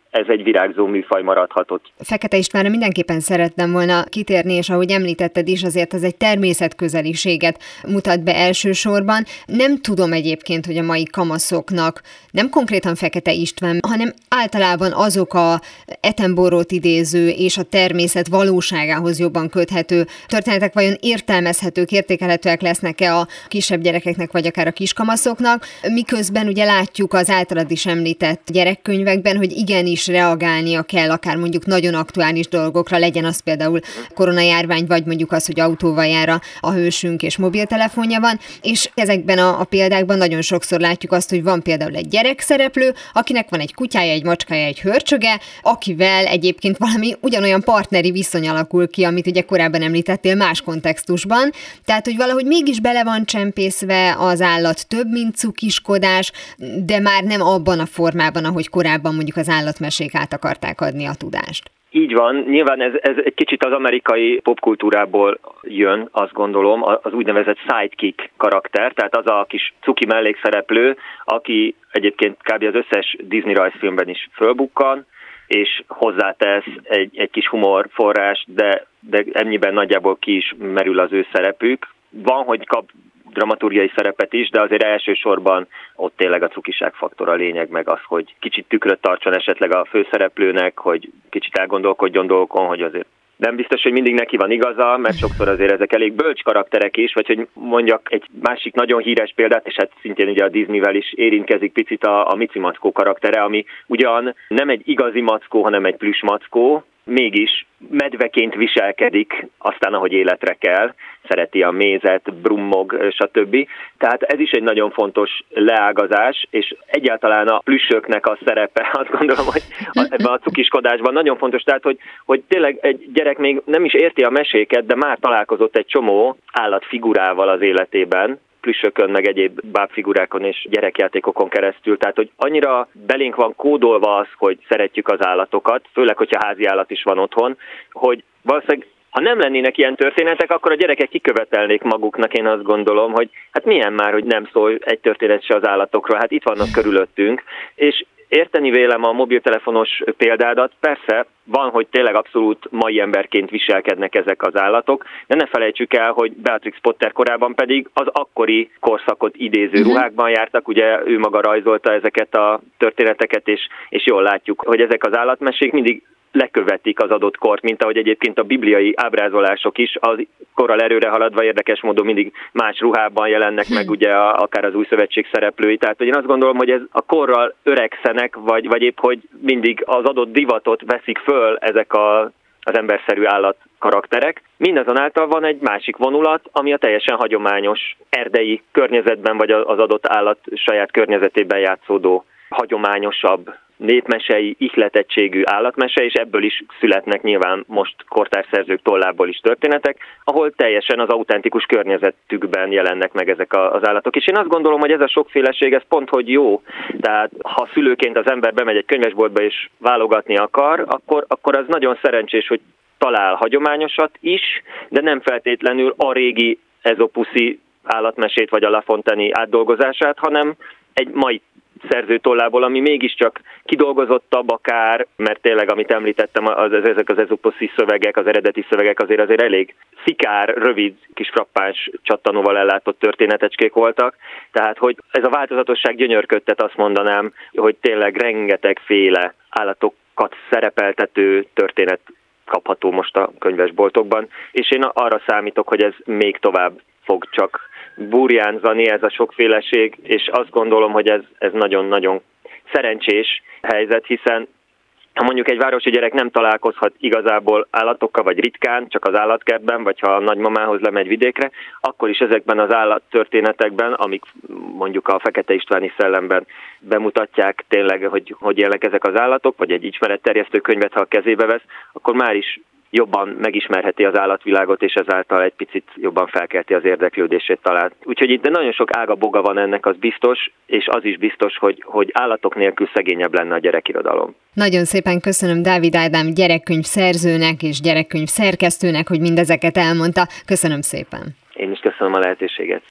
[SPEAKER 4] ez egy virágzó műfaj maradhatott.
[SPEAKER 2] Fekete Istvánra mindenképpen szerettem volna kitérni, és ahogy említetted is, azért ez egy természetközeliséget mutat be elsősorban. Nem tudom egyébként, hogy a mai kamaszoknak nem konkrétan Fekete István, hanem általában azok a Attenborough-t idéző és a természet valóságához jobban köthető történetek vajon értelmezhetők, értékelhetőek lesznek-e a kisebb gyerekeknek, vagy akár a kiskamaszoknak, miközben ugye látjuk az általad is említett gyerekkönyvekben, hogy igenis reagálnia kell akár mondjuk nagyon aktuális dolgokra, legyen az például koronajárvány, vagy mondjuk az, hogy autóval jár a hősünk és mobiltelefonja van, és ezekben a, a példákban nagyon sokszor látjuk azt, hogy van például egy gyerekszereplő, akinek van egy kutyája, egy macskája, egy hörcsöge, akivel egyébként valami ugyanolyan partneri viszony alakul ki, amit ugye korábban említettél más kontextusban, tehát hogy valahogy mégis bele van csempészve az állat több, mint cukiskodás, de már nem abban a formában, ahogy korábban mondjuk az állatmesék át akarták adni a tudást.
[SPEAKER 4] Így van, nyilván ez, ez egy kicsit az amerikai popkultúrából jön, azt gondolom, az úgynevezett sidekick karakter, tehát az a kis cuki mellékszereplő, aki egyébként kb. Az összes Disney rajzfilmben is fölbukkan, és hozzátesz egy, egy kis humorforrás, de, de ennyiben nagyjából ki is merül az ő szerepük. Van, hogy kap dramaturgiai szerepet is, de azért elsősorban ott tényleg a cukiság faktor a lényeg, meg az, hogy kicsit tükröt tartson esetleg a főszereplőnek, hogy kicsit elgondolkodjon dolgokon, hogy azért nem biztos, hogy mindig neki van igaza, mert sokszor azért ezek elég bölcs karakterek is, vagy hogy mondjak egy másik nagyon híres példát, és hát szintén ugye a Disneyvel is érintkezik picit a, a Mici mackó karaktere, ami ugyan nem egy igazi mackó, hanem egy plüss mackó, mégis medveként viselkedik, aztán ahogy életre kell, szereti a mézet, brummog, stb. Tehát ez is egy nagyon fontos leágazás, és egyáltalán a plüssöknek a szerepe, azt gondolom, hogy ebben a cukiskodásban nagyon fontos, tehát hogy, hogy tényleg egy gyerek még nem is érti a meséket, de már találkozott egy csomó állatfigurával az életében, plüssökön, meg egyéb bábfigurákon és gyerekjátékokon keresztül. Tehát, hogy annyira belénk van kódolva az, hogy szeretjük az állatokat, főleg, hogyha házi állat is van otthon, hogy valószínűleg ha nem lennének ilyen történetek, akkor a gyerekek kikövetelnék maguknak, én azt gondolom, hogy hát milyen már, hogy nem szól egy történet se az állatokról, hát itt vannak körülöttünk, és érteni vélem a mobiltelefonos példádat, persze van, hogy tényleg abszolút mai emberként viselkednek ezek az állatok, de ne felejtsük el, hogy Beatrix Potter korában pedig az akkori korszakot idéző ruhákban jártak, ugye ő maga rajzolta ezeket a történeteket, és, és jól látjuk, hogy ezek az állatmesék mindig lekövetik az adott kort, mint ahogy egyébként a bibliai ábrázolások is az korral erőre haladva érdekes módon mindig más ruhában jelennek meg, ugye a, akár az új szövetség szereplői. Tehát hogy én azt gondolom, hogy ez a korral öregszenek, vagy, vagy épp, hogy mindig az adott divatot veszik föl ezek a, az emberszerű állat karakterek. Mindazonáltal van egy másik vonulat, ami a teljesen hagyományos erdei környezetben, vagy az adott állat saját környezetében játszódó hagyományosabb népmesei, ihletettségű állatmese, és ebből is születnek nyilván most kortárs tollából is történetek, ahol teljesen az autentikus környezetükben jelennek meg ezek az állatok. És én azt gondolom, hogy ez a sokféleség, ez pont, hogy jó. Tehát ha szülőként az ember bemegy egy könyvesboltba és válogatni akar, akkor, akkor az nagyon szerencsés, hogy talál hagyományosat is, de nem feltétlenül a régi ezopuszi állatmesét vagy a La Fontaine átdolgozását, hanem egy mai szerzőtollából, ami mégiscsak kidolgozottabb akár, mert tényleg, amit említettem, az, az, ezek az ezopuszi szövegek, az eredeti szövegek azért azért elég szikár, rövid, kis frappáns csattanóval ellátott történetecskék voltak, tehát hogy ez a változatosság gyönyörködtet, azt mondanám, hogy tényleg rengetegféle állatokat szerepeltető történet kapható most a könyvesboltokban, és én arra számítok, hogy ez még tovább fog csak burjánzani, ez a sokféleség, és azt gondolom, hogy ez, ez nagyon-nagyon szerencsés helyzet, hiszen ha mondjuk egy városi gyerek nem találkozhat igazából állatokkal, vagy ritkán, csak az állatkertben, vagy ha a nagymamához lemegy vidékre, akkor is ezekben az állattörténetekben, amik mondjuk a Fekete Istváni szellemben bemutatják tényleg, hogy hogy élnek ezek az állatok, vagy egy ismeretterjesztő könyvet, ha a kezébe vesz, akkor már is jobban megismerheti az állatvilágot, és ezáltal egy picit jobban felkelti az érdeklődését talán. Úgyhogy itt nagyon sok ága-boga van ennek, az biztos, és az is biztos, hogy, hogy állatok nélkül szegényebb lenne a gyerekirodalom.
[SPEAKER 2] Nagyon szépen köszönöm Dávid Ádám gyerekkönyv szerzőnek és gyerekkönyv szerkesztőnek, hogy mindezeket elmondta. Köszönöm szépen.
[SPEAKER 4] Én is köszönöm a lehetőséget.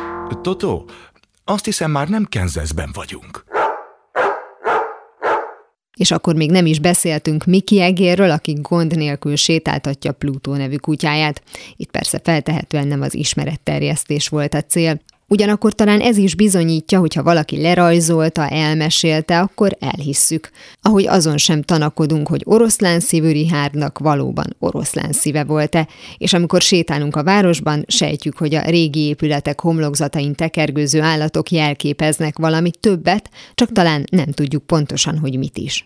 [SPEAKER 1] Totó, azt hiszem már nem Kansasben vagyunk.
[SPEAKER 2] És akkor még nem is beszéltünk Miki egérről, aki gond nélkül sétáltatja Plutó nevű kutyáját. Itt persze feltehetően nem az ismeretterjesztés volt a cél. Ugyanakkor talán ez is bizonyítja, hogy ha valaki lerajzolta, elmesélte, akkor elhisszük. Ahogy azon sem tanakodunk, hogy oroszlán szívű Richardnak valóban oroszlán szíve volt-e, és amikor sétálunk a városban, sejtjük, hogy a régi épületek homlokzatain tekergőző állatok jelképeznek valami többet, csak talán nem tudjuk pontosan, hogy mit is.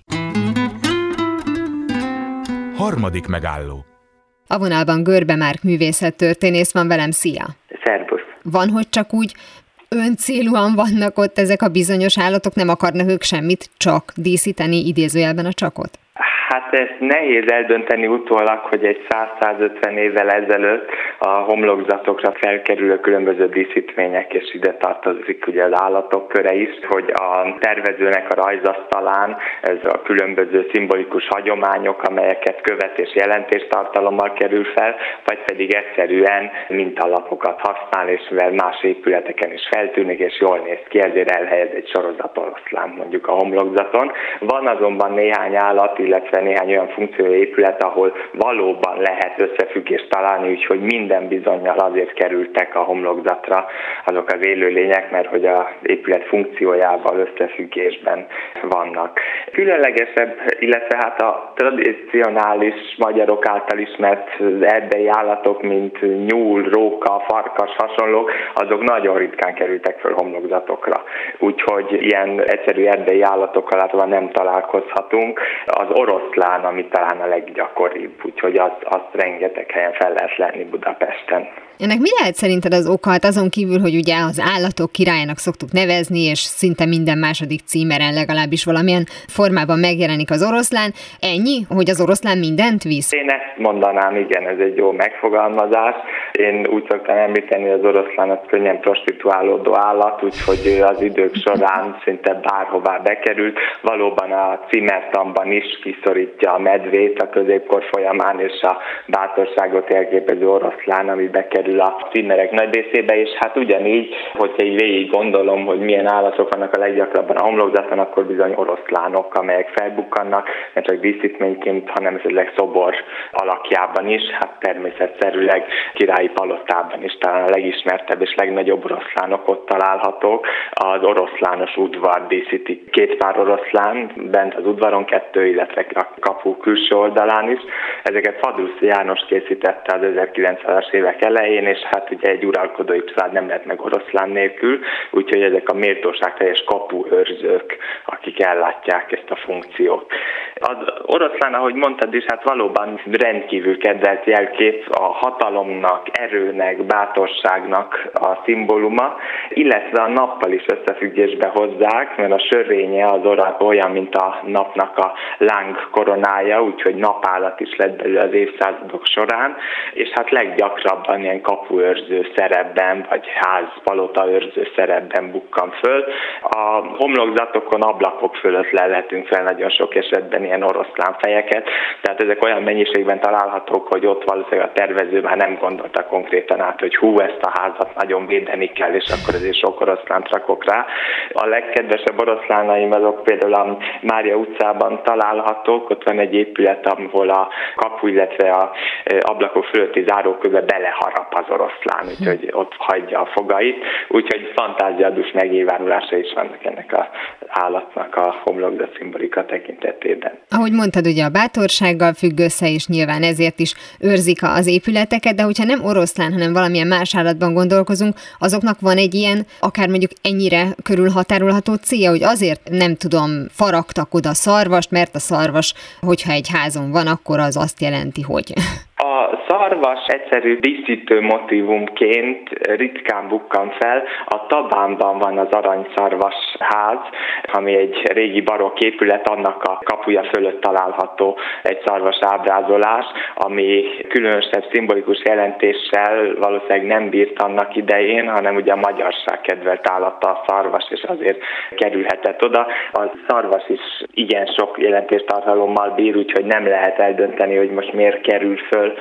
[SPEAKER 1] Harmadik megálló.
[SPEAKER 2] A vonalban Görbe Márk művészettörténész van velem, szia!
[SPEAKER 3] Szervusz!
[SPEAKER 2] Van, hogy csak úgy öncélúan vannak ott ezek a bizonyos állatok, nem akarnak ők semmit, csak díszíteni, idézőjelben a csakot?
[SPEAKER 5] Hát ezt nehéz eldönteni utólag, hogy egy száz-százötven évvel ezelőtt a homlokzatokra felkerülő különböző díszítmények, és ide tartozik ugye az állatok köre is, hogy a tervezőnek a rajzasztalán ez a különböző szimbolikus hagyományok, amelyeket követ és jelentéstartalommal kerül fel, vagy pedig egyszerűen mintalapokat használ, és mivel más épületeken is feltűnik, és jól néz ki, ezért elhelyez egy sorozat oroszlán mondjuk a homlokzaton. Van azonban néhány állat, illetve néhány olyan funkciói épület, ahol valóban lehet összefüggést találni, úgyhogy minden bizonnyal azért kerültek a homlokzatra azok az élőlények, mert hogy az épület funkciójával összefüggésben vannak. Különlegesebb, illetve hát a tradicionális magyarok által ismert erdei állatok, mint nyúl, róka, farkas, hasonlók, azok nagyon ritkán kerültek föl homlokzatokra. Úgyhogy ilyen egyszerű erdei állatokkal általában nem találkozhatunk. Az oroszlán, ami talán a leggyakoribb, úgyhogy azt, azt rengeteg helyen fel lehet lenni Budapesten.
[SPEAKER 2] Ennek mi lehet szerinted az oka? Hát azon kívül, hogy ugye az állatok királyának szoktuk nevezni, és szinte minden második címeren legalábbis valamilyen formában megjelenik az oroszlán. Ennyi, hogy az oroszlán mindent visz?
[SPEAKER 5] Én ezt mondanám, igen, ez egy jó megfogalmazás. Én úgy szoktam említeni, hogy az oroszlán az könnyen prostituálódó állat, úgyhogy az idők során szinte bárhová bekerült. Valóban a címertanban is kiszorítja a medvét a középkor folyamán, és a bátorságot jelképező oroszlán, ami bekerül a címerek nagy részébe, és hát ugyanígy, hogyha így végig gondolom, hogy milyen állatok vannak a leggyakrabban a homlokzaton, akkor bizony oroszlánok, amelyek felbukkannak, nem csak díszítményként, hanem esetleg szobor alakjában is, hát természetszerűleg királyi palotában is talán a legismertebb és legnagyobb oroszlánok ott találhatók. Az oroszlános udvar díszítik két pár oroszlán, bent az udvaron kettő, illetve a kapu külső oldalán is. Ezeket Fadusz János készítette az ezerkilencszázas évek elején, és hát ugye egy uralkodói család nem lehet meg oroszlán nélkül, úgyhogy ezek a méltóságteljes kapuőrzők, akik ellátják ezt a funkciót. Az oroszlán, ahogy mondtad is, hát valóban rendkívül kedvelt jelkép, a hatalomnak, erőnek, bátorságnak a szimbóluma, illetve a nappal is összefüggésbe hozzák, mert a sörrénye az olyan, mint a napnak a láng koronája, úgyhogy napállat is lett belőle az évszázadok során, és hát leggyakrabban ilyen kapuőrző szerepben, vagy házpalotaőrző szerepben bukkan föl. A homlokzatokon, ablakok fölött lelhetünk fel nagyon sok esetben ilyen oroszlán fejeket, tehát ezek olyan mennyiségben találhatók, hogy ott valószínűleg a tervező már nem gondolta konkrétan át, hogy hú, ezt a házat nagyon védeni kell, és akkor ezért sok oroszlánt rakok rá. A legkedvesebb oroszlánaim azok például a Mária utcában találhatók, ott van egy épület, ahol a kapu, illetve a ablakok fölötti zárók közben beleharap az oroszlán, úgyhogy ott hagyja a fogait, úgyhogy fantáziadús megnyilvánulása is vannak ennek az állatnak a homlokzat szimbolika tekintetében.
[SPEAKER 2] Ahogy mondtad, ugye a bátorsággal függ össze, és nyilván ezért is őrzik az épületeket, de hogyha nem oroszlán, hanem valamilyen más állatban gondolkozunk, azoknak van egy ilyen, akár mondjuk ennyire körülhatárolható célja, hogy azért nem tudom, faragtak oda szarvast, mert a szarvas, hogyha egy házon van, akkor az azt jelenti, hogy...
[SPEAKER 5] A szarvas egyszerű díszítő motívumként ritkán bukkan fel. A Tabánban van az aranyszarvas ház, ami egy régi barokk épület, annak a kapuja fölött található egy szarvas ábrázolás, ami különösebb szimbolikus jelentéssel valószínűleg nem bírt annak idején, hanem ugye a magyarság kedvelt állata a szarvas, és azért kerülhetett oda. A szarvas is igen sok jelentéstartalommal bír, úgyhogy nem lehet eldönteni, hogy most miért kerül föl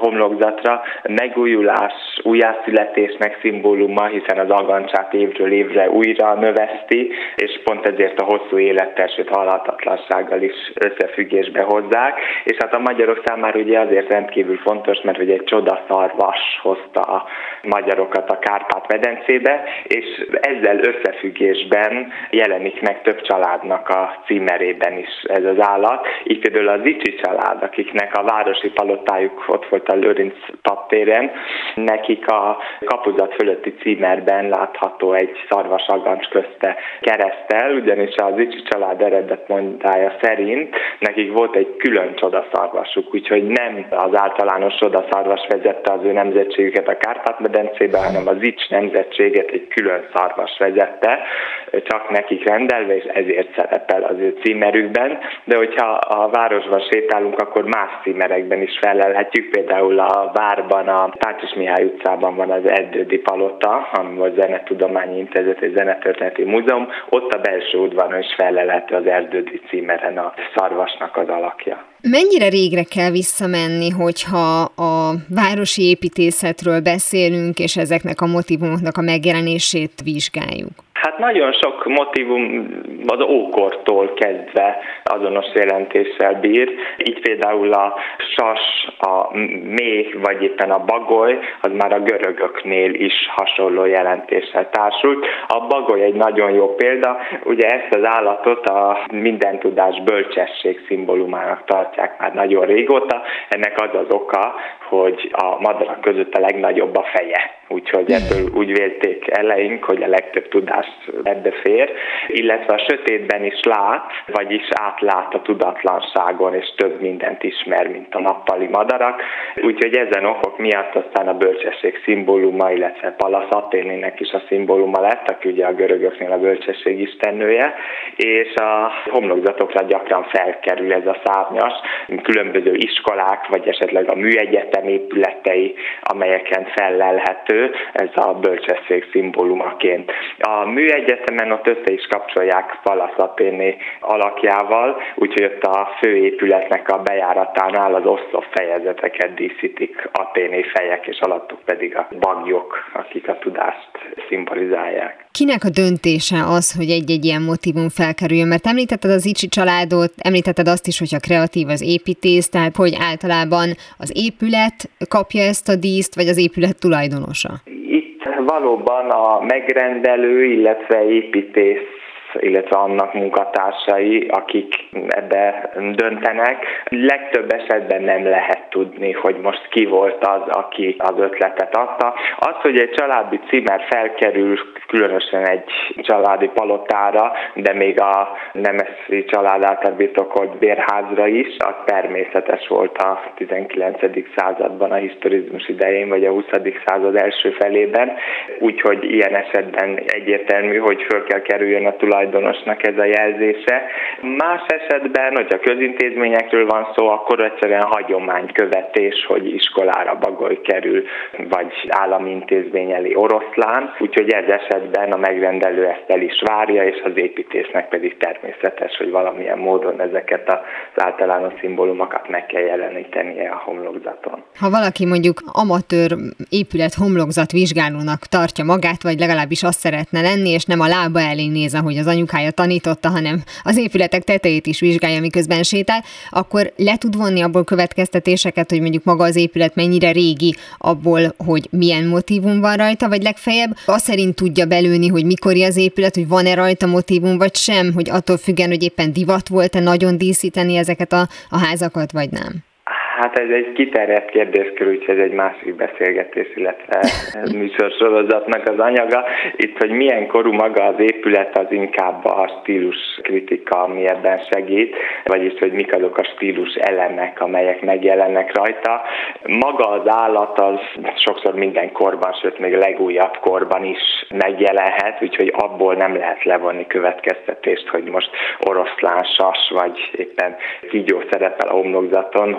[SPEAKER 5] homlokzatra megújulás, újjászületésnek szimbóluma, hiszen az agancsát évről évre újra növeszti, és pont ezért a hosszú élettel, sőt halhatatlansággal is összefüggésbe hozzák. És hát a magyarok számára ugye azért rendkívül fontos, mert ugye egy csodaszarvas hozta a magyarokat a Kárpát-medencébe, és ezzel összefüggésben jelenik meg több családnak a címerében is ez az állat. Így például a Zichy család, akiknek a városi palotájuk ott volt a Lőrinc paptéren, nekik a kapuzat fölötti címerben látható egy szarvas agancs közte kereszttel, ugyanis a Zichy család eredetmondája szerint nekik volt egy külön csodaszarvasuk, úgyhogy nem az általános csodaszarvas vezette az ő nemzetségüket a Kárpát-medencébe, hanem a Zichy nemzetséget egy külön szarvas vezette, csak nekik rendelve, és ezért szerepel az ő címerükben. De hogyha a városban sétálunk, akkor más címerekben is felelhetjük. Például a várban, a Táncsis Mihály utcában van az Erdődi palota, ami a Zenetudományi Intézet és Zenetörténeti Múzeum. Ott a belső udvaron is felelhető az Erdődi címeren a szarvasnak az alakja.
[SPEAKER 2] Mennyire régre kell visszamenni, hogyha a városi építészetről beszélünk, és ezeknek a motívumoknak a megjelenését vizsgáljuk?
[SPEAKER 5] Hát nagyon sok motívum az ókortól kezdve azonos jelentéssel bír. Így például a sas, a méh vagy éppen a bagoly, az már a görögöknél is hasonló jelentéssel társult. A bagoly egy nagyon jó példa, ugye ezt az állatot a mindentudás bölcsesség szimbólumának tartják már nagyon régóta. Ennek az az oka, hogy a madarak között a legnagyobb a feje. Úgyhogy ebből úgy vélték eleink, hogy a legtöbb tudás ebbe fér, illetve a sötétben is lát, vagyis átlát a tudatlanságon, és több mindent ismer, mint a nappali madarak. Úgyhogy ezen okok miatt aztán a bölcsesség szimbóluma, illetve Pallas Athénének is a szimbóluma lett, aki ugye a görögöknél a bölcsesség istennője, és a homlokzatokra gyakran felkerül ez a szárnyas, különböző iskolák, vagy esetleg a műegyetem épületei, amelyeken fellelhető ez a bölcsesség szimbólumaként. A műegyetemen ott össze is kapcsolják Pallas Athéné alakjával, úgyhogy ott a főépületnek a bejáratánál az oszlop fejezeteket díszítik Athéné fejek, és alattuk pedig a bagyok, akik a tudást szimbolizálják.
[SPEAKER 2] Kinek a döntése az, hogy egy-egy ilyen motívum felkerüljön? Mert említetted az Zichy családot, említetted azt is, hogy a kreatív az építész, tehát hogy általában az épület kapja ezt a díszt, vagy az épület tulajdonosa?
[SPEAKER 5] Itt valóban a megrendelő, illetve építész, illetve annak munkatársai, akik ebbe döntenek. Legtöbb esetben nem lehet tudni, hogy most ki volt az, aki az ötletet adta. Az, hogy egy családi címer felkerül különösen egy családi palotára, de még a nemesi család által birtokolt bérházra is, az természetes volt a tizenkilencedik században, a historizmus idején, vagy a huszadik század első felében. Úgyhogy ilyen esetben egyértelmű, hogy föl kell kerüljön a tulajdonosnak ez a jelzése. Más esetben, hogyha közintézményekről van szó, akkor egyszerűen hagyománykövetés, hogy iskolára bagoly kerül, vagy állami intézmény elé oroszlán. Úgyhogy ez esetben a megrendelő ezt el is várja, és az építésznek pedig természetes, hogy valamilyen módon ezeket az általános szimbólumokat meg kell jelenítenie a homlokzaton.
[SPEAKER 2] Ha valaki mondjuk amatőr épület homlokzat vizsgálónak tartja magát, vagy legalábbis azt szeretne lenni, és nem a lába elé néz, ahogy az anyukája tanította, hanem az épületek tetejét is vizsgálja, miközben sétál, akkor le tud vonni abból következtetéseket, hogy mondjuk maga az épület mennyire régi, abból, hogy milyen motívum van rajta, vagy legfeljebb azt szerint tudja belőni, hogy mikori az épület, hogy van-e rajta motívum, vagy sem, hogy attól függően, hogy éppen divat volt-e nagyon díszíteni ezeket a, a házakat, vagy nem.
[SPEAKER 5] Hát ez egy kiterjedt kérdéskör, úgyhogy ez egy másik beszélgetés, illetve műsorsorozatnak az anyaga. Itt, hogy milyen korú maga az épület, az inkább a stílus kritika, ami ebben segít, vagyis, hogy mik azok a stílus elemek, amelyek megjelennek rajta. Maga az állat az sokszor minden korban, sőt még a legújabb korban is megjelenhet, úgyhogy abból nem lehet levonni következtetést, hogy most oroszlán, sas, vagy éppen kígyó szerepel a homlokzaton, hogy milyen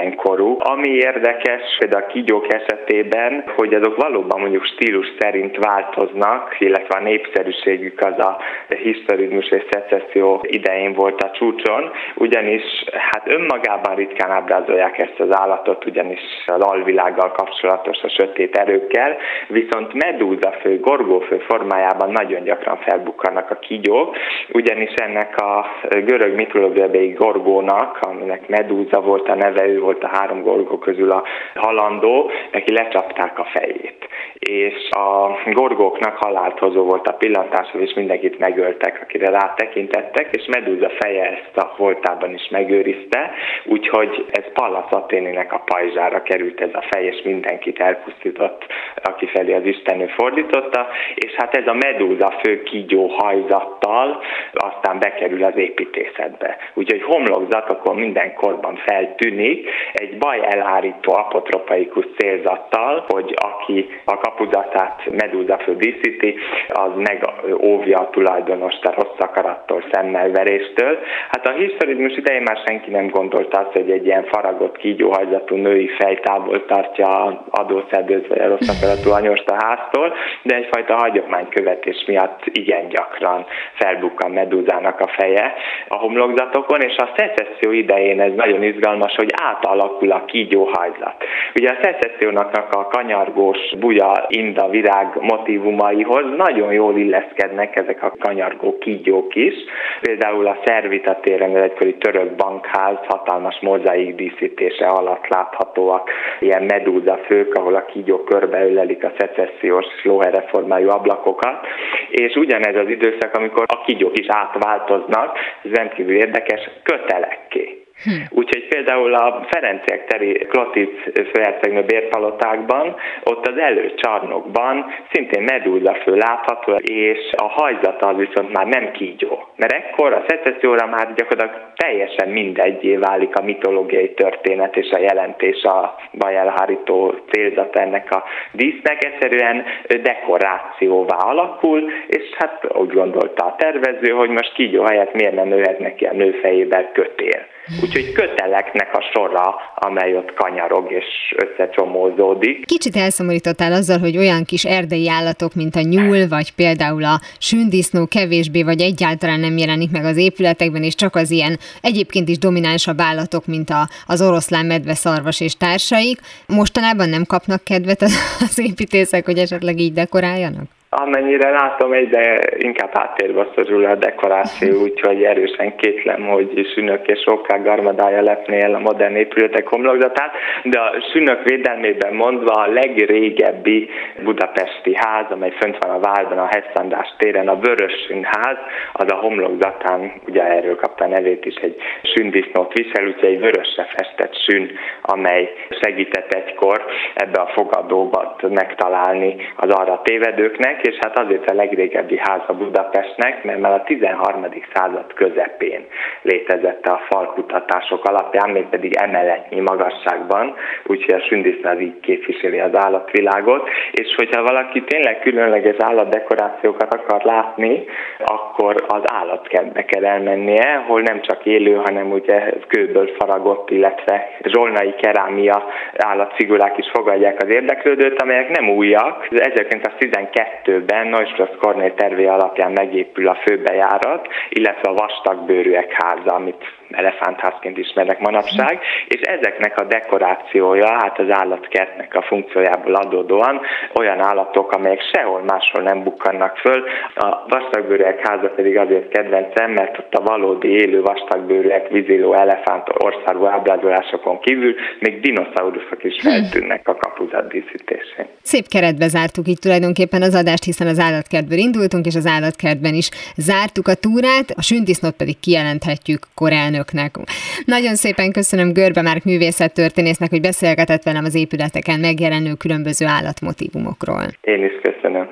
[SPEAKER 5] milyen korú. Ami érdekes, például a kígyók esetében, hogy azok valóban mondjuk stílus szerint változnak, illetve a népszerűségük az a historizmus és szecesszió idején volt a csúcson, ugyanis hát önmagában ritkán ábrázolják ezt az állatot, ugyanis az alvilággal kapcsolatos a sötét erőkkel, viszont medúzafő, gorgófő formájában nagyon gyakran felbukkannak a kígyók, ugyanis ennek a görög mitológiai gorgónak, aminek Medúza volt a neve, ő volt a három gorgó közül a halandó, neki lecsapták a fejét. És a gorgóknak halált hozó volt a pillantása, és mindenkit megöltek, akire rátekintettek, és Medúza feje ezt a holtában is megőrizte, úgyhogy ez Pallas Athénének a pajzsára került ez a fej, és mindenkit elpusztított, aki felé az istennő fordította, és hát ez a Medúza fő kígyó hajzattal aztán bekerül az építészetbe. Úgyhogy homlokzatokon minden korban feltűnik egy baj elhárító apotropaikus célzattal, hogy aki a kapuzatát medúzafő díszíti, az megóvja a tulajdonost a rossz akarattól, szemmelveréstől. Hát a historizmus idején már senki nem gondolta azt, hogy egy ilyen faragott kígyóhajzatú női fejtából tartja az adószedőt vagy a rossz akaratú anyost a háztól, de egyfajta hagyománykövetés miatt igen gyakran felbukkan Medúzának a feje a homlokzatokon, és a szecesszió idején ez nagyon izgalmas, hogy átalakul a kígyóhajzat. Ugye a szecessziónak a kanyargós buja, inda, virág motívumaihoz nagyon jól illeszkednek ezek a kanyargó kígyók is. Például a Szervita téren, az egykori török bankház hatalmas mozaik díszítése alatt láthatóak ilyen medúzafők, ahol a kígyók körbeölelik a szecessziós lóherreformájú ablakokat, és ugyanez az időszak, amikor a kígyók is átváltoznak, ez rendkívül érdekes, kötelekké. Hm. Úgyhogy például a Ferenciek teri Klotic főhercegnő bérpalotákban, ott az előcsarnokban szintén medúzafő látható, és a hajzata az viszont már nem kígyó. Mert ekkor a szecesszióra már gyakorlatilag teljesen mindegyé válik a mitológiai történet és a jelentés, a baj elhárító célzata ennek a dísznek, egyszerűen dekorációvá alakul, és hát úgy gondolta a tervező, hogy most kígyó helyett miért nem nőhet neki a nő fejébe kötél. Úgyhogy köteleknek a sora, amely ott kanyarog és összecsomózódik.
[SPEAKER 2] Kicsit elszomorítottál azzal, hogy olyan kis erdei állatok, mint a nyúl, vagy például a sünddisznó kevésbé, vagy egyáltalán nem jelenik meg az épületekben, és csak az ilyen egyébként is dominánsabb állatok, mint a, az oroszlán medve, szarvas és társaik. Mostanában nem kapnak kedvet az építészek, hogy esetleg így dekoráljanak?
[SPEAKER 5] Amennyire látom, egyre inkább háttérbe szorul a dekoráció, úgyhogy erősen kétlem, hogy Sünök és Rókák garmadája lepné el a modern épületek homlokzatát, de a Sünök védelmében mondva a legrégebbi budapesti ház, amely fönt van a várban, a Hess András téren, a Vörös Színház, az a homlokzatán, ugye erről kapta a nevét is, egy sünddisznót visel, úgyhogy egy vörösre festett sün, amely segített egykor ebbe a fogadóba megtalálni az arra tévedőknek, és hát azért a legrégebbi háza Budapestnek, mert már a tizenharmadik század közepén létezett a falkutatások alapján, mégpedig emeletnyi magasságban, úgyhogy a sünddisznó az így képviseli az állatvilágot, és hogyha valaki tényleg különleges állatdekorációkat akar látni, akkor az állatkertbe kell elmennie, hol nem csak élő, hanem ugye kőből faragott, illetve zsolnai kerámia állatfigurák is fogadják az érdeklődőt, amelyek nem újak. ezerkilencszáztizenkettőben Neustadt Kornél tervé alapján megépül a főbejárat, illetve a vastagbőrűek háza, amit elefántházként ismernek manapság, és ezeknek a dekorációja, hát az állatkertnek a funkciójából adódóan olyan állatok, amelyek sehol máshol nem bukkannak föl. A vastagbőrűek háza pedig azért kedvencem, mert ott a valódi élő vastagbőrűek, víziló, elefánt, orrszarvú ábrázolásokon kívül még dinoszauruszok is feltűnnek a kapuzat díszítésén.
[SPEAKER 2] Szép keretbe zártuk így tulajdonképpen az adást, hiszen az állatkertből indultunk, és az állatkertben is zártuk a túrát, a sünddisznót pedig kijelenthetjük korelnöknek. Nagyon szépen köszönöm Görbe Márk művészettörténésznek, hogy beszélgetett velem az épületeken megjelenő különböző állatmotívumokról.
[SPEAKER 5] Én is köszönöm.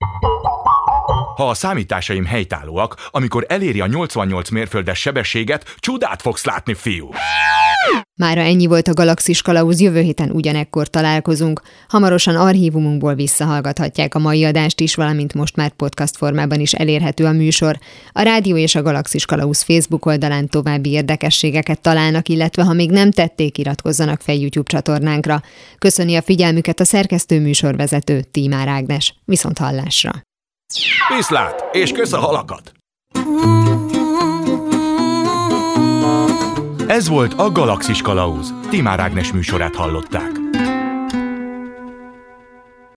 [SPEAKER 1] Ha a számításaim helytállóak, amikor eléri a nyolcvannyolc mérföldes sebességet, csodát fogsz látni, fiú!
[SPEAKER 2] Mára ennyi volt a Galaxis Kalauz, jövő héten ugyanekkor találkozunk. Hamarosan archívumunkból visszahallgathatják a mai adást is, valamint most már podcast formában is elérhető a műsor. A Rádió és a Galaxis Kalauz Facebook oldalán további érdekességeket találnak, illetve ha még nem tették, iratkozzanak fel YouTube csatornánkra. Köszöni a figyelmüket a szerkesztő műsorvezető Tímár Ágnes. Viszont hallásra!
[SPEAKER 1] Viszlát, és kösz a halakat! Ez volt a Galaxis Kalauz. Tímár Ágnes műsorát hallották.